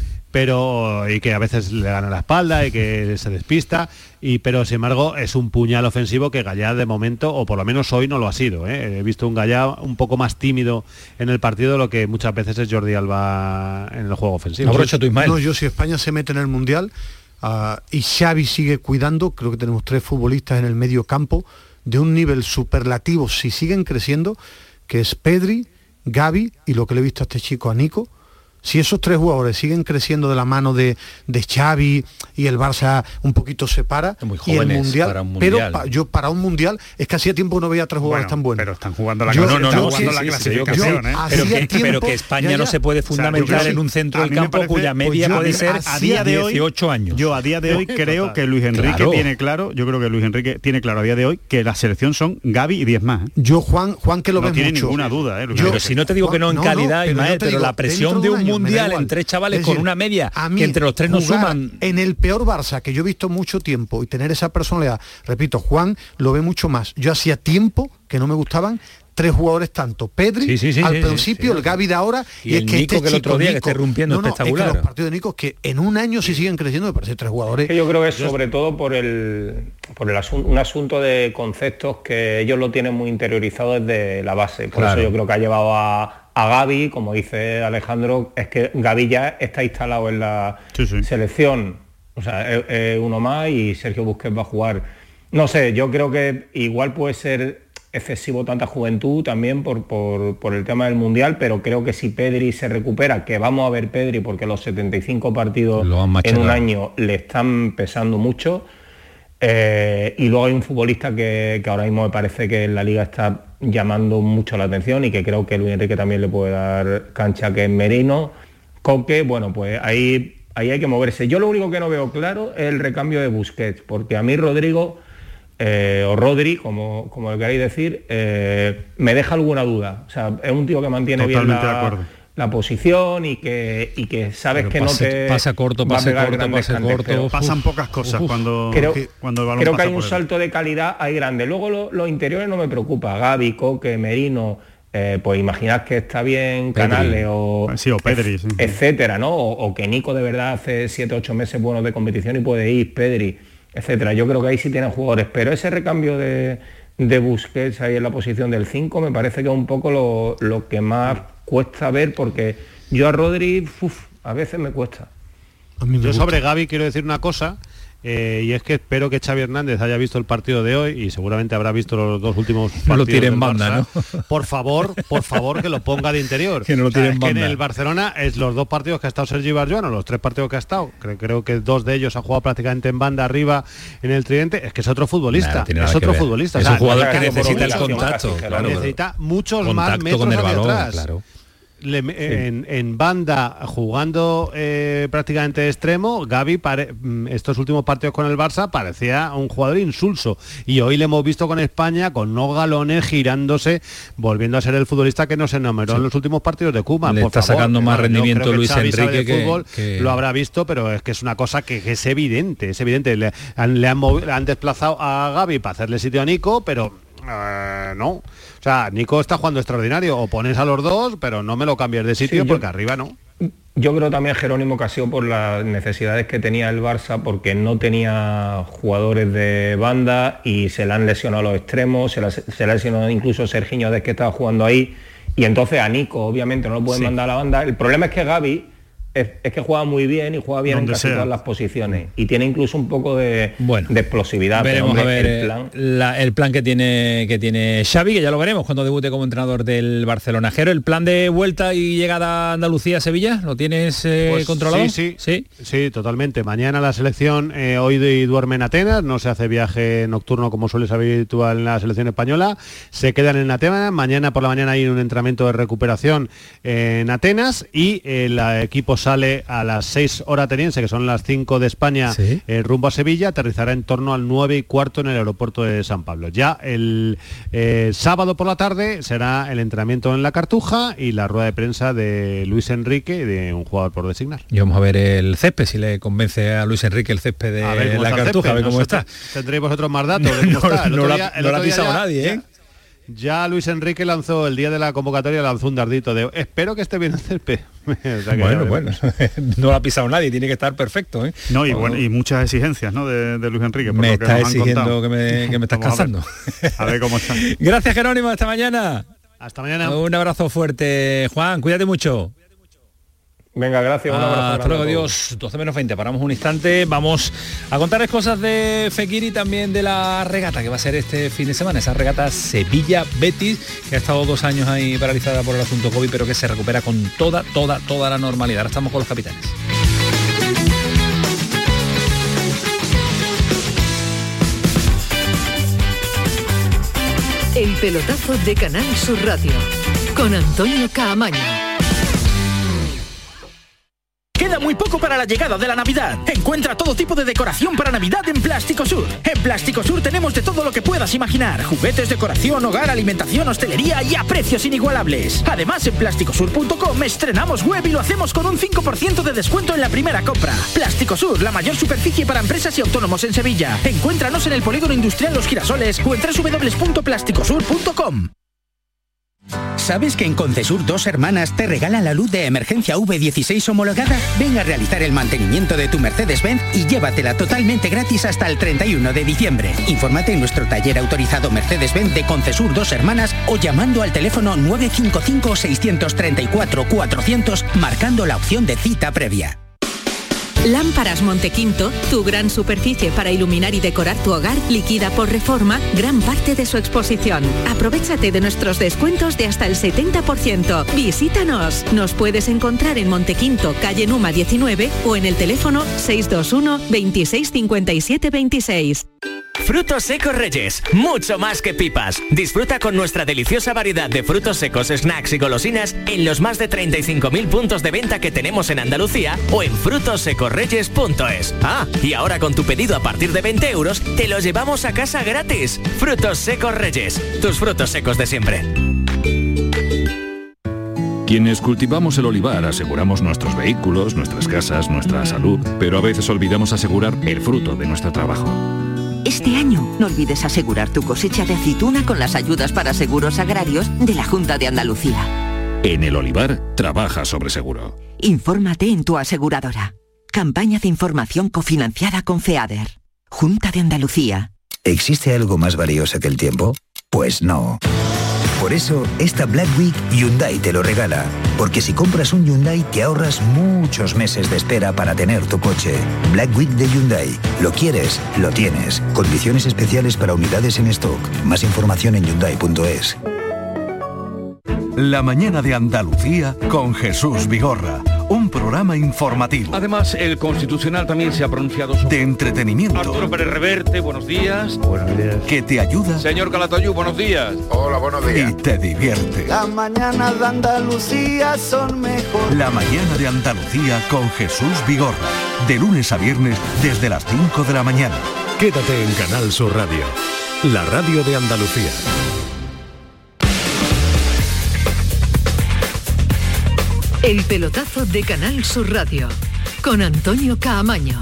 Y que a veces le gana la espalda y que se despista, pero sin embargo es un puñal ofensivo que Gallá de momento, o por lo menos hoy, no lo ha sido. He visto un Gallá un poco más tímido en el partido de lo que muchas veces es Jordi Alba en el juego ofensivo. Yo si España se mete en el Mundial y Xavi sigue cuidando, creo que tenemos 3 futbolistas en el medio campo de un nivel superlativo si siguen creciendo, que es Pedri, Gavi y lo que le he visto a este chico, a Nico. Si esos 3 jugadores siguen creciendo de la mano de Xavi y el Barça un poquito se para, muy y el jóvenes mundial, para un mundial. pero yo para un mundial es que hacía tiempo no veía 3 jugadores tan buenos. Pero están jugando la, clasificación, pero que España no se puede fundamentar en un centro del campo cuya media puede ser a día de 18 años. Yo a día de hoy creo que Luis Enrique tiene claro, yo creo que Luis Enrique tiene claro a día de hoy que la selección son Gavi y 10 más. Yo Juan que lo no ves tiene mucho. Ninguna duda, pero si no te digo que no en calidad, Ismael, pero la presión de un mundial en 3 chavales con una media que entre los 3 no suman. En el peor Barça que yo he visto mucho tiempo y tener esa personalidad, repito, Juan lo ve mucho más. Yo hacía tiempo que no me gustaban 3 jugadores tanto. Pedri al principio, el Gavi de ahora, y es que Nico, que el otro día que esté rompiendo espectacular. Es que los partidos de Nico que en un año si siguen creciendo me parece 3 jugadores. Yo creo que es sobre todo por un asunto de conceptos que ellos lo tienen muy interiorizado desde la base. Por eso yo creo que ha llevado a Gavi, como dice Alejandro, es que Gavi ya está instalado en la selección. O sea, es uno más y Sergio Busquets va a jugar. No sé, yo creo que igual puede ser excesivo tanta juventud también por el tema del Mundial, pero creo que si Pedri se recupera, que vamos a ver Pedri porque los 75 partidos en un año le están pesando mucho, y luego hay un futbolista que ahora mismo me parece que en la Liga está llamando mucho la atención y que creo que Luis Enrique también le puede dar cancha, que es Merino. Coque, bueno, pues ahí hay que moverse. Yo lo único que no veo claro es el recambio de Busquets, porque a mí Rodrigo, o Rodri, como lo queráis decir, me deja alguna duda. O sea, es un tío que mantiene bien la posición y que sabes que no te pasa corto. Pasan pocas cosas cuando el balón creo pasa que hay un por él. salto de calidad ahí grande. Luego los interiores no me preocupa. Gavi, Coque, Merino, pues imaginad que está bien Pedri. Canales o Pedri, etcétera, ¿no? O que Nico de verdad hace 7-8 meses buenos de competición y puede ir, Pedri, etcétera. Yo creo que ahí sí tienen jugadores, pero ese recambio de Busquets ahí en la posición del 5 me parece que es un poco lo que más cuesta ver, porque yo a Rodri a veces me cuesta. Yo sobre Gavi quiero decir una cosa, y es que espero que Xavi Hernández haya visto el partido de hoy y seguramente habrá visto los 2 últimos partidos. No lo tire en banda, Barça. ¿No? Por favor, que lo ponga de interior. Que no lo tire en banda. Que en el Barcelona es los 2 partidos que ha estado Sergi Barjuan, los 3 partidos que ha estado, creo que 2 de ellos ha jugado prácticamente en banda arriba en el tridente, es que es otro futbolista. Es otro futbolista. Es un jugador que necesita el contacto. Necesita muchos más metros con el balón, atrás. Claro. En banda jugando prácticamente de extremo, Gavi estos últimos partidos con el Barça parecía un jugador insulso y hoy le hemos visto con España con no galones girándose, volviendo a ser el futbolista que nos enumeró en los últimos partidos de Cuba. Le está sacando más rendimiento Luis Enrique que lo habrá visto, pero es que es una cosa que es evidente, le han desplazado a Gavi para hacerle sitio a Nico, pero no, o sea, Nico está jugando extraordinario, o pones a los 2, pero no me lo cambies de sitio porque arriba no. Yo creo también, Jerónimo, que ha sido por las necesidades que tenía el Barça, porque no tenía jugadores de banda y se le han lesionado los extremos, se le ha lesionado incluso Serginho desde que estaba jugando ahí, y entonces a Nico obviamente no lo pueden mandar a la banda. El problema es que Gavi es que juega muy bien y juega bien en casi todas las posiciones y tiene incluso un poco de explosividad. Veremos a ver el plan que tiene Xavi, que ya lo veremos cuando debute como entrenador del Barcelona. Jero, ¿el plan de vuelta y llegada a Andalucía a Sevilla lo tienes controlado? Sí, totalmente. Mañana la selección hoy duerme en Atenas, no se hace viaje nocturno como suele ser habitual en la selección española, se quedan en Atenas. Mañana por la mañana hay un entrenamiento de recuperación en Atenas y el equipo sale a las 6 horas ateniense, que son las 5 de España, rumbo a Sevilla, aterrizará en torno al 9:15 en el aeropuerto de San Pablo. Ya el sábado por la tarde será el entrenamiento en la Cartuja y la rueda de prensa de Luis Enrique, de un jugador por designar. Y vamos a ver el césped, si le convence a Luis Enrique el césped de la Cartuja, a ver cómo está. Tendréis vosotros más datos de cómo está. No lo ha pisado nadie, ¿eh? Ya Luis Enrique lanzó el día de la convocatoria, lanzó un dardito de espero que esté bien el césped. O sea bueno, no lo ha pisado nadie, tiene que estar perfecto, ¿eh? No, y muchas exigencias, ¿no? de Luis Enrique. Me está exigiendo que me estás cansando. A ver cómo está. Gracias, Jerónimo, hasta mañana. Hasta mañana. Un abrazo fuerte, Juan, cuídate mucho. Venga, gracias, un abrazo. Hasta luego, adiós. 12 menos 20, paramos un instante. Vamos a contarles cosas de Fekir y también de la regata que va a ser este fin de semana. Esa regata Sevilla-Betis, que ha estado 2 años ahí paralizada por el asunto COVID, pero que se recupera con toda la normalidad. Ahora estamos con los capitanes. El pelotazo de Canal Sur Radio, con Antonio Caamaño. Queda muy poco para la llegada de la Navidad. Encuentra todo tipo de decoración para Navidad en Plástico Sur. En Plástico Sur tenemos de todo lo que puedas imaginar. Juguetes, decoración, hogar, alimentación, hostelería y a precios inigualables. Además, en plásticosur.com estrenamos web y lo hacemos con un 5% de descuento en la primera compra. Plástico Sur, la mayor superficie para empresas y autónomos en Sevilla. Encuéntranos en el Polígono Industrial Los Girasoles o en www.plásticosur.com. ¿Sabes que en Concesur Dos Hermanas te regalan la luz de emergencia V16 homologada? Ven a realizar el mantenimiento de tu Mercedes-Benz y llévatela totalmente gratis hasta el 31 de diciembre. Infórmate en nuestro taller autorizado Mercedes-Benz de Concesur Dos Hermanas o llamando al teléfono 955-634-400 marcando la opción de cita previa. Lámparas Montequinto, tu gran superficie para iluminar y decorar tu hogar, liquida por reforma gran parte de su exposición. Aprovéchate de nuestros descuentos de hasta el 70%. Visítanos. Nos puedes encontrar en Montequinto, calle Numa 19 o en el teléfono 621 26 57 26. Frutos secos Reyes, mucho más que pipas. Disfruta con nuestra deliciosa variedad de frutos secos, snacks y golosinas en los más de 35.000 puntos de venta que tenemos en Andalucía o en frutosecorreyes.es. Ah, y ahora con tu pedido a partir de 20 euros, te lo llevamos a casa gratis. Frutos secos Reyes, tus frutos secos de siempre. Quienes cultivamos el olivar aseguramos nuestros vehículos, nuestras casas, nuestra salud, pero a veces olvidamos asegurar el fruto de nuestro trabajo. Este año, no olvides asegurar tu cosecha de aceituna con las ayudas para seguros agrarios de la Junta de Andalucía. En el olivar, trabaja sobre seguro. Infórmate en tu aseguradora. Campaña de información cofinanciada con FEADER. Junta de Andalucía. ¿Existe algo más valioso que el tiempo? Pues no. Por eso, esta Black Week Hyundai te lo regala. Porque si compras un Hyundai te ahorras muchos meses de espera para tener tu coche. Black Week de Hyundai. Lo quieres, lo tienes. Condiciones especiales para unidades en stock. Más información en Hyundai.es. La mañana de Andalucía con Jesús Vigorra. Un programa informativo. Además, el Constitucional también se ha pronunciado sobre... De entretenimiento. Arturo Pérez Reverte, buenos días. Buenos días. Que te ayuda. Señor Calatayud, buenos días. Hola, buenos días. Y te divierte. Las mañanas de Andalucía son mejor. La mañana de Andalucía con Jesús Vigorra. De lunes a viernes desde las 5 de la mañana. Quédate en Canal Sur Radio, la radio de Andalucía. El pelotazo de Canal Sur Radio, con Antonio Caamaño.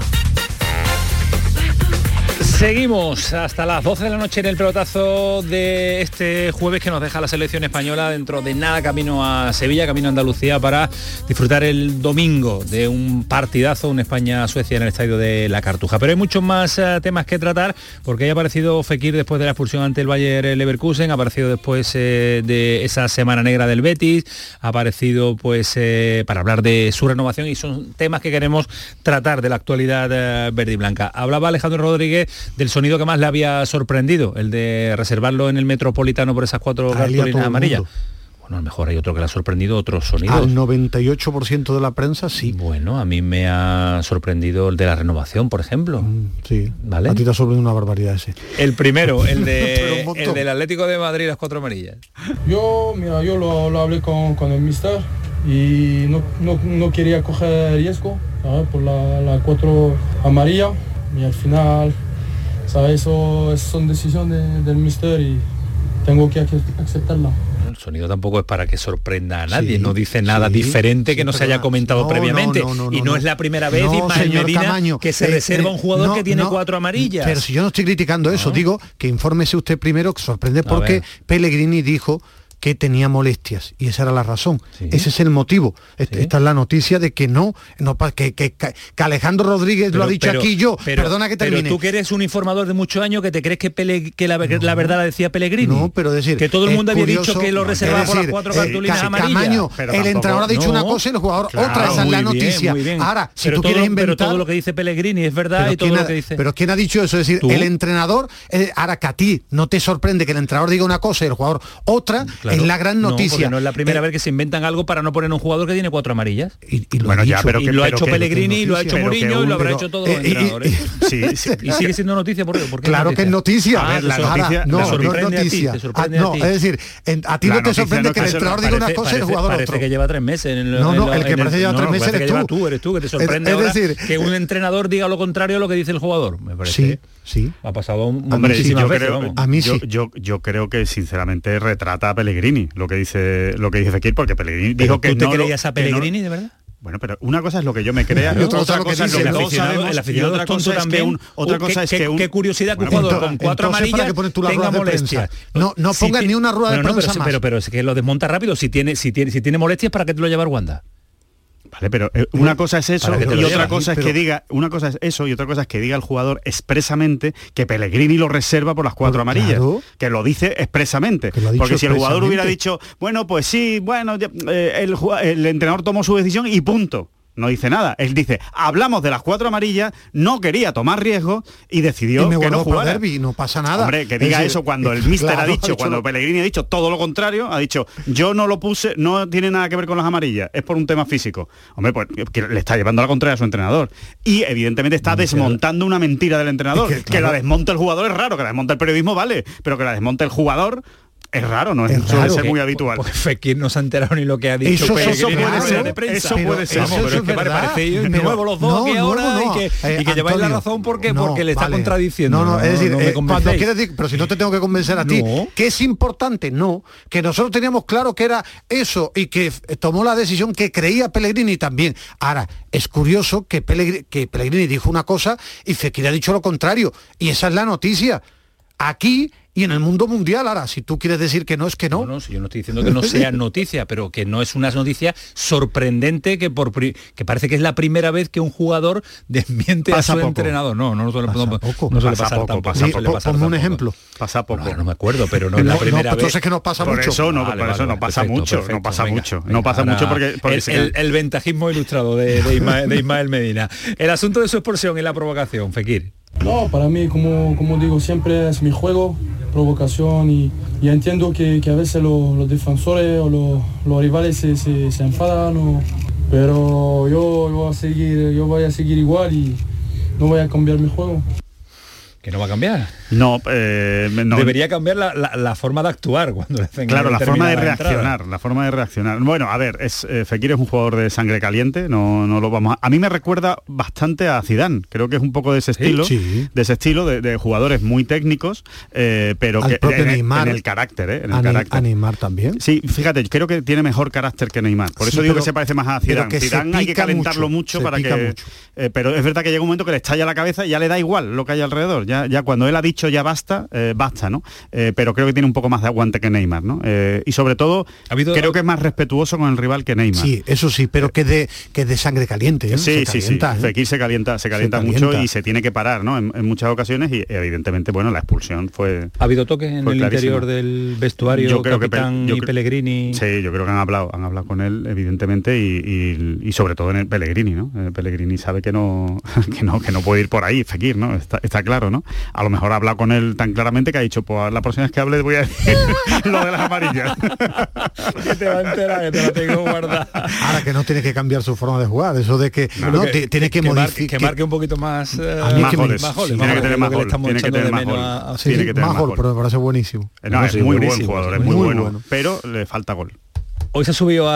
Seguimos hasta las 12 de la noche en el pelotazo de este jueves que nos deja la selección española dentro de nada camino a Sevilla, camino a Andalucía para disfrutar el domingo de un partidazo, un España-Suecia en el estadio de La Cartuja. Pero hay muchos más temas que tratar porque ha aparecido Fekir después de la expulsión ante el Bayer Leverkusen, ha aparecido después de esa semana negra del Betis, ha aparecido pues para hablar de su renovación y son temas que queremos tratar de la actualidad verde y blanca. Hablaba Alejandro Rodríguez del sonido que más le había sorprendido, el de reservarlo en el Metropolitano por esas 4 cartulinas amarillas. Bueno, a lo mejor hay otro que le ha sorprendido, otros sonidos. Al 98% de la prensa, sí. Bueno, a mí me ha sorprendido el de la renovación, por ejemplo. Sí, ¿vale? A ti te ha sorprendido una barbaridad ese. El primero, el del Atlético de Madrid, las 4 amarillas. Yo lo hablé con el mister y no quería coger riesgo, ¿sabes? Por la 4 amarilla y al final... ¿sabes? Eso son decisiones del mister y tengo que aceptarla. El sonido tampoco es para que sorprenda a nadie, no dice nada diferente que no se haya comentado previamente. Y no es la primera vez, Ismael Medina, Camaño, que se reserva un jugador que tiene 4 amarillas. Pero si yo no estoy criticando eso, digo que infórmese usted primero, que sorprende porque Pellegrini dijo que tenía molestias y esa era la razón. Sí. Ese es el motivo. Esta es la noticia de que que Alejandro Rodríguez lo ha dicho aquí yo. Perdona que termine. Pero tú que eres un informador de muchos años que te crees que la verdad la decía Pellegrini. No, pero decir que todo el mundo había dicho que lo reservaba por las 4 cartulinas amarillas. Camaño, el entrenador ha dicho una cosa y el jugador otra. Esa es la noticia. Ahora, si tú quieres inventar... Pero todo lo que dice Pellegrini es verdad y todo lo que dice... Pero ¿quién ha dicho eso? Es decir, el entrenador... Ahora, que a ti no te sorprende que el entrenador diga una cosa y el jugador otra, es la gran noticia. No es la primera vez que se inventan algo para no poner un jugador que tiene 4 amarillas. Y lo ha hecho Pellegrini, y lo ha hecho Mourinho y lo habrá hecho todos los entrenadores. Y sigue siendo noticia. ¿Por qué? Claro que es noticia. A ver, la noticia no es noticia. No, es decir, a ti no te sorprende que el entrenador diga una cosa y el jugador parece otro. Que lleva 3 meses. El que parece que lleva 3 meses eres tú, que te sorprende ahora que un entrenador diga lo contrario a lo que dice el jugador. Me parece. Sí. Ha pasado muchísimas veces. A mí sí. Yo creo que sinceramente retrata a Pellegrini lo que dice Fekir, porque Pellegrini dijo que ¿tú te creías a Pellegrini de verdad? Bueno, pero una cosa es lo que yo me crea y otra cosa es lo que todos sabemos, y otra cosa es que otra cosa es que qué curiosidad que un jugador con 4 amarillas tenga molestias. No pongas ni una rueda de prensa más. Pero es que lo desmonta rápido. Si tiene molestias, ¿para qué te lo lleva Wanda? Vale, pero una cosa es eso y otra cosa es que diga, una cosa es eso y otra cosa es que diga el jugador expresamente que Pellegrini lo reserva por las 4 amarillas, que lo dice expresamente, porque si el jugador hubiera dicho, bueno, pues sí, bueno, el entrenador tomó su decisión y punto. No dice nada. Él dice, hablamos de las 4 amarillas, no quería tomar riesgo y decidió que no jugara. Derby, no pasa nada. Hombre, que diga eso cuando el míster ha dicho, cuando Pellegrini ha dicho todo lo contrario, ha dicho, yo no lo puse, no tiene nada que ver con las amarillas, es por un tema físico. Hombre, pues que le está llevando a la contraria a su entrenador. Y evidentemente está desmontando una mentira del entrenador. Que la desmonte el jugador es raro, que la desmonte el periodismo vale, pero que la desmonte el jugador... Es raro, no suele ser muy habitual. Porque Fekir no se ha enterado ni lo que ha dicho. Eso puede ser, eso puede ser. Pero es que parece nuevo los dos aquí ahora y que lleváis la razón porque le está contradiciendo. Es decir, cuando quieres decir, pero si no te tengo que convencer a ti, que es importante, que nosotros teníamos claro que era eso y que tomó la decisión que creía Pellegrini también. Ahora, es curioso que Pellegrini dijo una cosa y Fekir ha dicho lo contrario. Y esa es la noticia. Aquí y en el mundo mundial. Ahora, si tú quieres decir que no, es que no. No, si yo no estoy diciendo que no sea noticia, pero que no es una noticia sorprendente que parece que es la primera vez que un jugador desmiente a su entrenador. No suele pasar tampoco. Ponme un ejemplo. Pasa poco. No me acuerdo, pero no es la primera vez. Entonces que nos pasa mucho. Por eso no pasa mucho. No pasa mucho. No pasa mucho porque el ventajismo ilustrado de Ismael Medina. El asunto de su expulsión y la provocación, Fekir. No, para mí, como digo, siempre es mi juego, provocación y entiendo que a veces los defensores o los rivales se enfadan, pero yo voy a seguir igual y no voy a cambiar mi juego. ¿Que no va a cambiar? No. Debería cambiar la forma de actuar cuando le hacen. Claro, la forma de reaccionar. Bueno, a ver, Fekir es un jugador de sangre caliente, no lo vamos a mí me recuerda bastante a Zidane, creo que es un poco de ese estilo, de jugadores muy técnicos, pero al que Neymar, en el carácter, a Neymar también. Sí, fíjate, creo que tiene mejor carácter que Neymar, por eso digo que se parece más a Zidane. Zidane hay que calentarlo mucho para que pero es verdad que llega un momento que le estalla la cabeza y ya le da igual lo que hay alrededor. Ya cuando él ha dicho ya basta, ¿no? Pero creo que tiene un poco más de aguante que Neymar, ¿no? Y sobre todo, creo que es más respetuoso con el rival que Neymar. Sí, eso sí, pero que de sangre caliente, ¿eh? Sí. Fekir se calienta mucho y se tiene que parar, ¿no? En muchas ocasiones y evidentemente, bueno, la expulsión fue... ¿Ha habido toques en el interior del vestuario, yo creo Capitán y Pellegrini? Sí, yo creo que han hablado con él, evidentemente, y sobre todo en el Pellegrini, ¿no? Pellegrini sabe que no puede ir por ahí, Fekir, ¿no? Está claro, ¿no? A lo mejor ha hablado con él tan claramente que ha dicho, pues la próxima vez que hable voy a decir lo de las amarillas. Que te va a enterar, que te la tengo guardada. Ahora que no tiene que cambiar su forma de jugar, eso de que tiene que modificar. Que marque un poquito más... más goles. Tiene que tener más gol. Tiene que tener más gol. Más gol, pero me parece buenísimo. No, es muy buen jugador, es muy bueno, pero le falta gol. Hoy se ha subido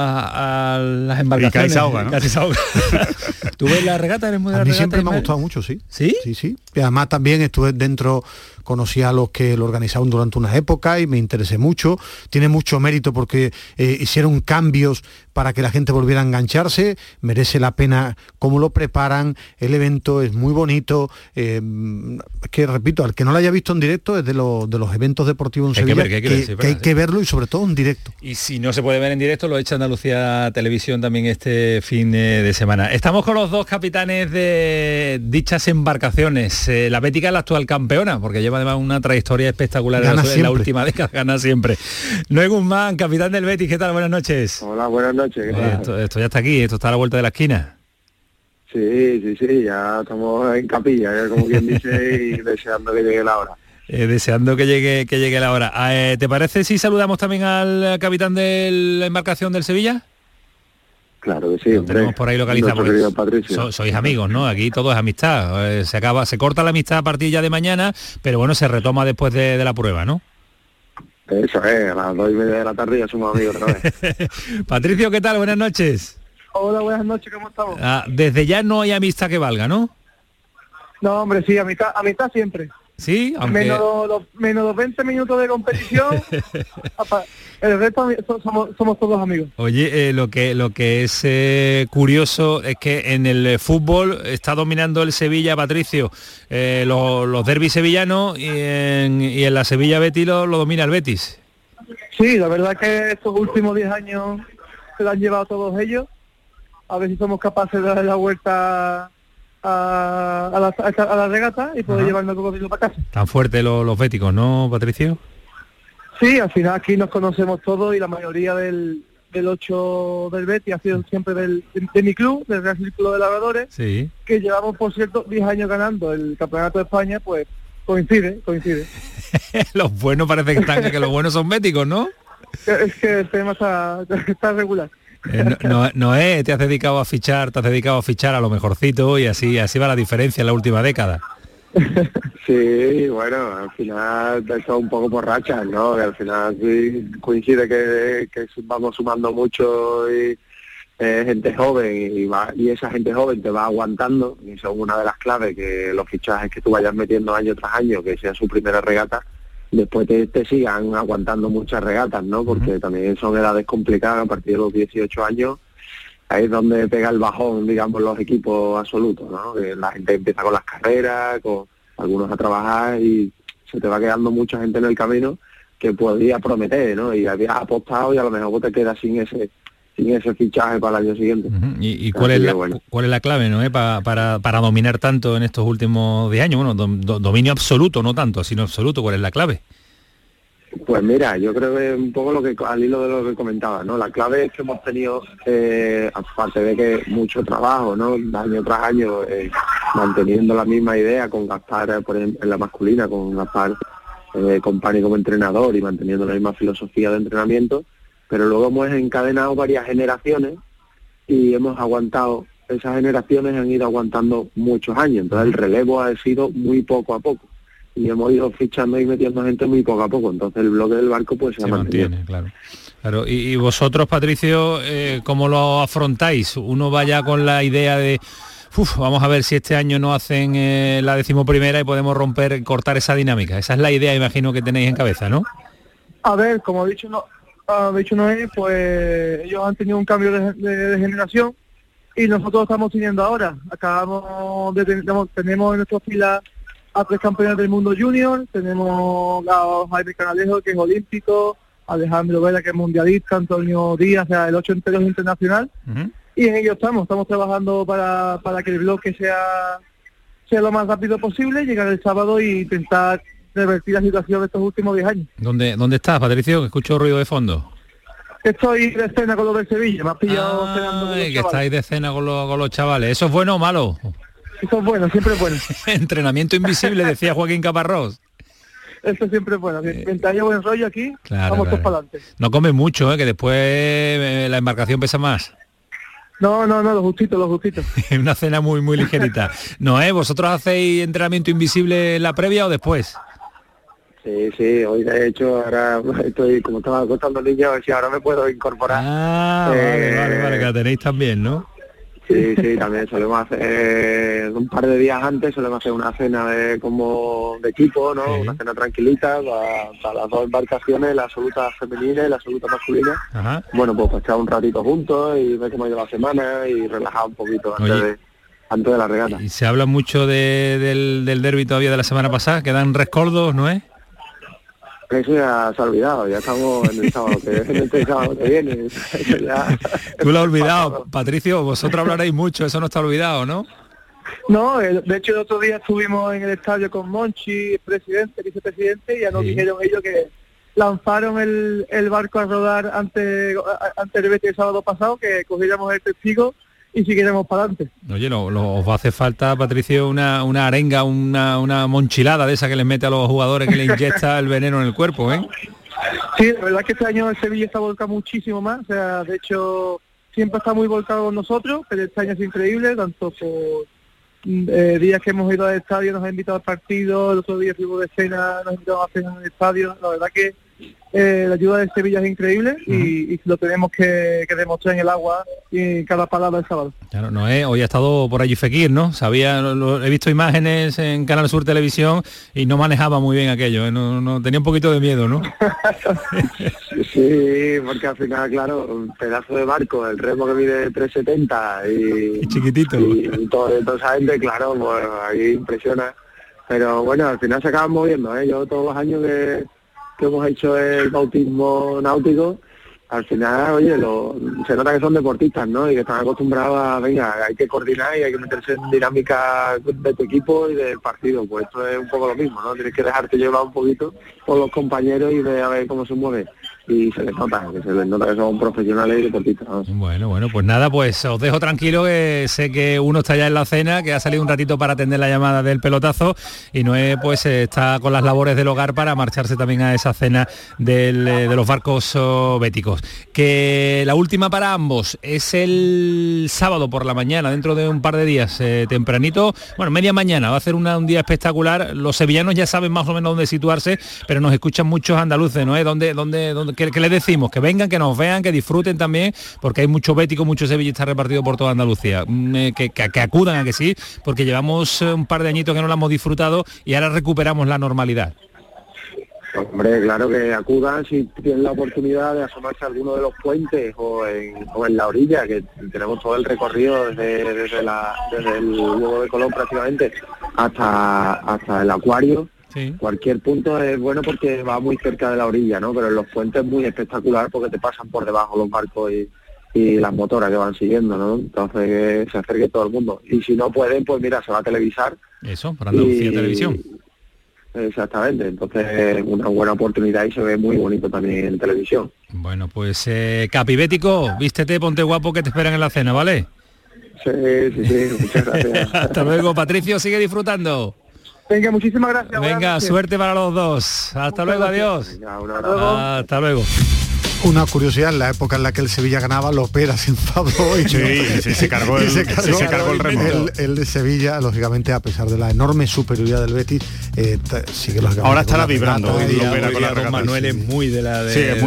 a las embarcaciones. Y casi se ahoga, ¿no? Casi se ahoga. ¿Tú ves la regata? ¿Eres muy de la regata? Siempre me ha gustado mucho, sí. ¿Sí? Sí. Y además también estuve dentro conocí a los que lo organizaban durante una época y me interesé mucho. Tiene mucho mérito porque hicieron cambios para que la gente volviera a engancharse. Merece la pena cómo lo preparan, el evento es muy bonito. Que repito, al que no lo haya visto en directo, es de los eventos deportivos en Sevilla, que hay que verlo y sobre todo en directo. Y si no se puede ver en directo, lo echa Andalucía Televisión también este fin de semana. Estamos con los dos capitanes de dichas embarcaciones. La Bética es la actual campeona, porque lleva además una trayectoria espectacular en la última década, gana siempre. Noé Guzmán, capitán del Betis, ¿qué tal? Buenas noches. Hola, buenas noches. ¿Qué tal? Esto ya está aquí, esto está a la vuelta de la esquina. Sí, ya estamos en capilla, como quien dice, y deseando que llegue la hora. Deseando que llegue la hora. ¿Te parece si saludamos también al capitán de la embarcación del Sevilla? Claro que sí, hombre. Tenemos por ahí localizado. Sois amigos, ¿no? Aquí todo es amistad. Se corta la amistad a partir ya de mañana, pero bueno, se retoma después de la prueba, ¿no? Eso es, a las 2:30 de la tarde ya somos amigos otra vez. Patricio, ¿qué tal? Buenas noches. Hola, buenas noches, ¿cómo estamos? Desde ya no hay amistad que valga, ¿no? No, hombre, sí, amistad siempre. Sí, aunque... menos los 20 minutos de competición, el resto somos todos amigos. Oye, lo que es curioso es que en el fútbol está dominando el Sevilla, Patricio, los derbis sevillanos, y en la Sevilla Betis lo domina el Betis. Sí, la verdad que estos últimos 10 años se lo han llevado todos ellos. A ver si somos capaces de dar la vuelta a la regata y poder llevarnos el cocodrilo para casa. Tan fuertes los béticos, ¿no, Patricio? Sí, al final aquí nos conocemos todos y la mayoría del 8 del Betis ha sido siempre de mi club, del Real Círculo de Labradores, sí, que llevamos, por cierto, 10 años ganando el Campeonato de España, pues coincide. Los buenos parece que los buenos son béticos, ¿no? Es que el tema está regular. Noé, te has dedicado a fichar a lo mejorcito y así va la diferencia en la última década. Sí, bueno, al final está un poco por rachas, ¿no? Que al final sí coincide que vamos sumando mucho y gente joven y esa gente joven te va aguantando, y son una de las claves, que los fichajes que tú vayas metiendo año tras año, que sea su primera regata, después te sigan aguantando muchas regatas, ¿no? Porque también son edades complicadas. A partir de los 18 años ahí es donde pega el bajón, digamos, los equipos absolutos, ¿no? Que la gente empieza con las carreras, con algunos a trabajar, y se te va quedando mucha gente en el camino que podría prometer, ¿no? Y habías apostado y a lo mejor te quedas sin ese fichaje para el año siguiente. ¿Y cuál es la clave, ¿no? Para dominar tanto en estos últimos 10 años? Bueno, dominio absoluto, no tanto, sino absoluto. ¿Cuál es la clave? Pues mira, yo creo que un poco al hilo de lo que comentaba, ¿no? La clave es que hemos tenido, aparte de que mucho trabajo, ¿no? Año tras año, manteniendo la misma idea con Gaspar, por ejemplo, en la masculina, con Gaspar Company como entrenador y manteniendo la misma filosofía de entrenamiento, pero luego hemos encadenado varias generaciones y hemos aguantado, esas generaciones han ido aguantando muchos años, entonces el relevo ha sido muy poco a poco y hemos ido fichando y metiendo gente muy poco a poco, entonces el bloque del barco pues se mantiene, claro. Y vosotros, Patricio, ¿cómo lo afrontáis? Uno vaya con la idea de vamos a ver si este año no hacen la 11ª y podemos cortar esa dinámica. Esa es la idea, imagino, que tenéis en cabeza, ¿no? A ver, como he dicho, Noé, pues ellos han tenido un cambio de generación y nosotros estamos teniendo ahora. Tenemos en nuestra fila a 3 campeones del mundo junior, tenemos a Jaime Canalejo, que es olímpico, Alejandro Vela, que es mundialista, Antonio Díaz, o sea, el 8 entero es internacional, y en ello estamos trabajando para que el bloque sea lo más rápido posible, llegar el sábado e intentar revertir la situación de estos últimos 10 años. ¿Dónde estás, Patricio? Que escucho ruido de fondo. Estoy de cena con los de Sevilla, me has pillado cenando con los que chavales. Estáis de cena con los chavales. ¿Eso es bueno o malo? Eso es bueno, siempre es bueno. Entrenamiento invisible, decía Joaquín Caparrós. Eso siempre es bueno. Mientras haya buen rollo aquí, vamos todos para adelante. No comes mucho, que después la embarcación pesa más. No, los justitos. Una cena muy, muy ligerita. ¿Vosotros hacéis entrenamiento invisible en la previa o después? Sí, hoy de hecho ahora estoy, como estaba acostando niños, a ver si ahora me puedo incorporar. Vale, que la tenéis también, ¿no? Sí, también solemos hacer un par de días antes, solemos hacer una cena de equipo, ¿no? Sí. Una cena tranquilita para las dos embarcaciones, la absoluta femenina y la absoluta masculina. Ajá. Bueno, pues echar un ratito juntos y ver cómo ha ido la semana y relajar un poquito antes de la regata. Y se habla mucho del derbi todavía de la semana pasada, quedan rescoldos, ¿no es? Eso ya se ha olvidado, ya estamos en el sábado que viene. Tú lo has olvidado, Patricio, vosotros hablaréis mucho, eso no está olvidado, ¿no? No, de hecho el otro día estuvimos en el estadio con Monchi, presidente, vicepresidente, y ya nos dijeron ellos que lanzaron el barco a rodar ante el Betis el sábado pasado, que cogiéramos el testigo y siguiéramos para adelante. Oye, os va a hacer falta, Patricio, una arenga, una monchilada de esa que les mete a los jugadores, que le inyecta el veneno en el cuerpo, ¿eh? Sí, la verdad es que este año el Sevilla está volcado muchísimo más, o sea, de hecho siempre está muy volcado con nosotros, pero este año es increíble, tanto por días que hemos ido al estadio, nos ha invitado al partido, el otro día fuimos de cena, nos invitamos a cenar en el estadio, la verdad que la ayuda de Sevilla es increíble y lo tenemos que demostrar en el agua y en cada palabra del sábado. Claro, Noé, hoy ha estado por allí Fekir, ¿no? He visto imágenes en Canal Sur Televisión y no manejaba muy bien aquello, ¿eh? No tenía un poquito de miedo, ¿no? Sí, porque al final, claro, un pedazo de barco, el remo que mide 3,70 y chiquitito. Y toda esa gente, claro, pues ahí impresiona. Pero bueno, al final se acaban moviendo, ¿eh? Yo todos los años que hemos hecho el bautismo náutico, al final, oye, se nota que son deportistas, ¿no? Y que están acostumbrados a, venga, hay que coordinar y hay que meterse en dinámica de tu equipo y del partido. Pues esto es un poco lo mismo, ¿no? Tienes que dejarte llevar un poquito por los compañeros y ver a ver cómo se mueve. Y se les nota que son profesionales y deportistas, ¿no? Bueno, pues nada, pues os dejo tranquilo, que sé que uno está ya en la cena, que ha salido un ratito para atender la llamada del pelotazo, y Noé pues está con las labores del hogar para marcharse también a esa cena de los barcos béticos. Que la última para ambos es el sábado por la mañana, dentro de un par de días, tempranito, bueno, media mañana, va a ser un día espectacular. Los sevillanos ya saben más o menos dónde situarse, pero nos escuchan muchos andaluces, ¿no? ¿Dónde que les decimos? Que vengan, que nos vean, que disfruten también, porque hay mucho bético, mucho sevillista repartido por toda Andalucía. Que acudan a que sí, porque llevamos un par de añitos que no lo hemos disfrutado y ahora recuperamos la normalidad. Hombre, claro que acudan si tienen la oportunidad de asomarse a alguno de los puentes o en la orilla, que tenemos todo el recorrido desde el huevo de Colón prácticamente hasta el acuario. Sí. Cualquier punto es bueno porque va muy cerca de la orilla, ¿no? Pero en los puentes es muy espectacular porque te pasan por debajo los barcos y las motoras que van siguiendo, ¿no? Entonces que se acerque todo el mundo. Y si no pueden, pues mira, se va a televisar. Eso, para Andalucía Televisión. Exactamente, entonces es una buena oportunidad y se ve muy bonito también en televisión. Bueno, pues Capibético, vístete, ponte guapo, que te esperan en la cena, ¿vale? Sí, muchas gracias. Hasta luego, Patricio, sigue disfrutando. Venga, muchísimas gracias. Venga, suerte para los dos. Hasta luego, adiós. Venga, hasta luego. Una curiosidad, en la época en la que el Sevilla ganaba, Lopera se enfadó y se cargó el remo. El de Sevilla, lógicamente, a pesar de la enorme superioridad del Betis, sigue lógicamente. Ahora estará vibrando. Lopera con la regata. Manuel es muy de la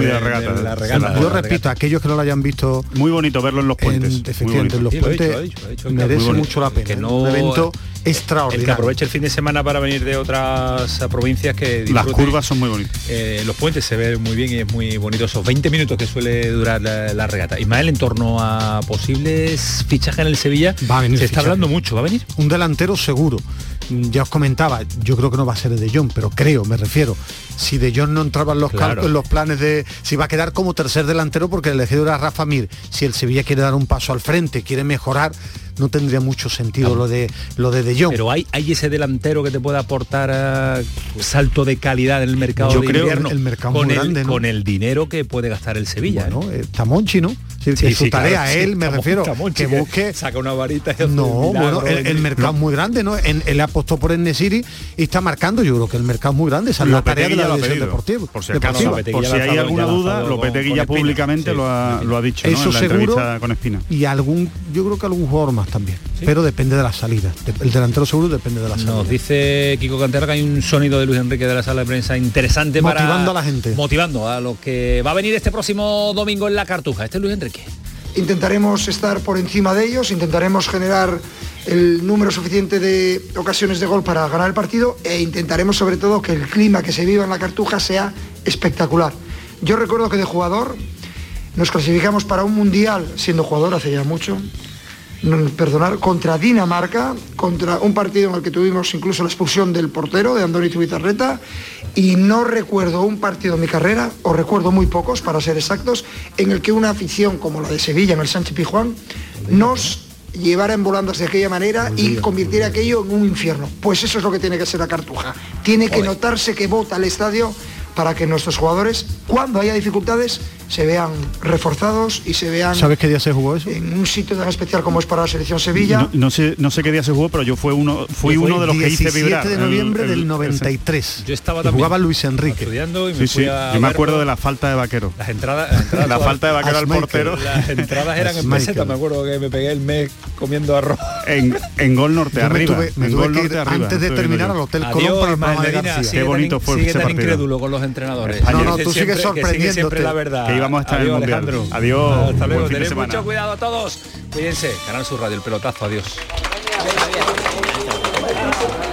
regata. Yo repito, aquellos que no lo hayan visto, muy bonito verlo en los puentes. Efectivamente, en los puentes merece mucho la pena. Que no, un evento extraordinario. El que aproveche el fin de semana para venir de otras provincias, que las curvas son muy bonitas. Los puentes se ven muy bien y es muy bonito esos 20 minutos que suele durar la regata. Ismael, en torno a posibles fichajes en el Sevilla, se está hablando mucho. ¿Va a venir? Un delantero seguro. Ya os comentaba, yo creo que no va a ser De Jong, pero me refiero, si De Jong no entraba en los planes de si va a quedar como tercer delantero, porque el elegido era Rafa Mir. Si el Sevilla quiere dar un paso al frente, quiere mejorar, no tendría mucho sentido lo de De Jong. Pero hay ese delantero que te pueda aportar salto de calidad en el mercado de invierno, el mercado muy grande, ¿no? Con el dinero que puede gastar el Sevilla. Bueno, está Monchi, ¿no? Su tarea, claro, él, me refiero, Monchi, que busque... Saca una varita y el mercado es muy grande, ¿no? Él apostó por En-Nesyri y está marcando. Yo creo que el mercado es muy grande. Esa es la tarea de la dirección deportiva. Por si hay alguna duda, Lopetegui ya públicamente lo ha dicho, ¿no? Eso en la seguro, entrevista con Espina. Y yo creo que algún jugador más también. ¿Sí? Pero depende de la salida. El delantero seguro depende de la salida. Nos dice Kiko Cantera que hay un sonido de Luis Enrique de la sala de prensa interesante motivando a la gente. Motivando a lo que va a venir este próximo domingo en la Cartuja. Este es Luis Enrique. intentaremos estar por encima de ellos, intentaremos generar el número suficiente de ocasiones de gol para ganar el partido e intentaremos sobre todo que el clima que se viva en la Cartuja sea espectacular. Yo recuerdo que de jugador nos clasificamos para un mundial, siendo jugador hace ya mucho, contra Dinamarca, contra un partido en el que tuvimos incluso la expulsión del portero, de Andoni Zubizarreta, y no recuerdo un partido en mi carrera, o recuerdo muy pocos para ser exactos, en el que una afición como la de Sevilla en el Sánchez Pizjuán nos llevara en volandas de aquella manera y convirtiera aquello en un infierno. Pues eso es lo que tiene que ser la Cartuja. Tiene que notarse que vota el estadio para que nuestros jugadores, cuando haya dificultades, se vean reforzados y se vean... ¿Sabes qué día se jugó eso? En un sitio tan especial como es para la selección Sevilla. No sé qué día se jugó, pero yo fui uno de los que hice vibrar. 17 de noviembre del 93. Yo estaba también jugaba Luis Enrique. Estudiando y me fui a yo me acuerdo de la falta de Vaquero. Las entradas la falta de Vaquero al portero. Las entradas eran en peseta, me acuerdo que me pegué el mes comiendo arroz. En Gol Norte, arriba. Me tuve que ir antes de terminar al Hotel Colón para el programa de García. Qué bonito fue ese partido. Incrédulo con los entrenadores. No, tú sigues sorprendiéndote. Siempre la verdad. Que íbamos a estar en el Mundial. Alejandro. Adiós. Hasta luego. Buen fin de Tened semana. mucho cuidado a todos. Cuídense. Canal Sur Radio, el pelotazo. Adiós.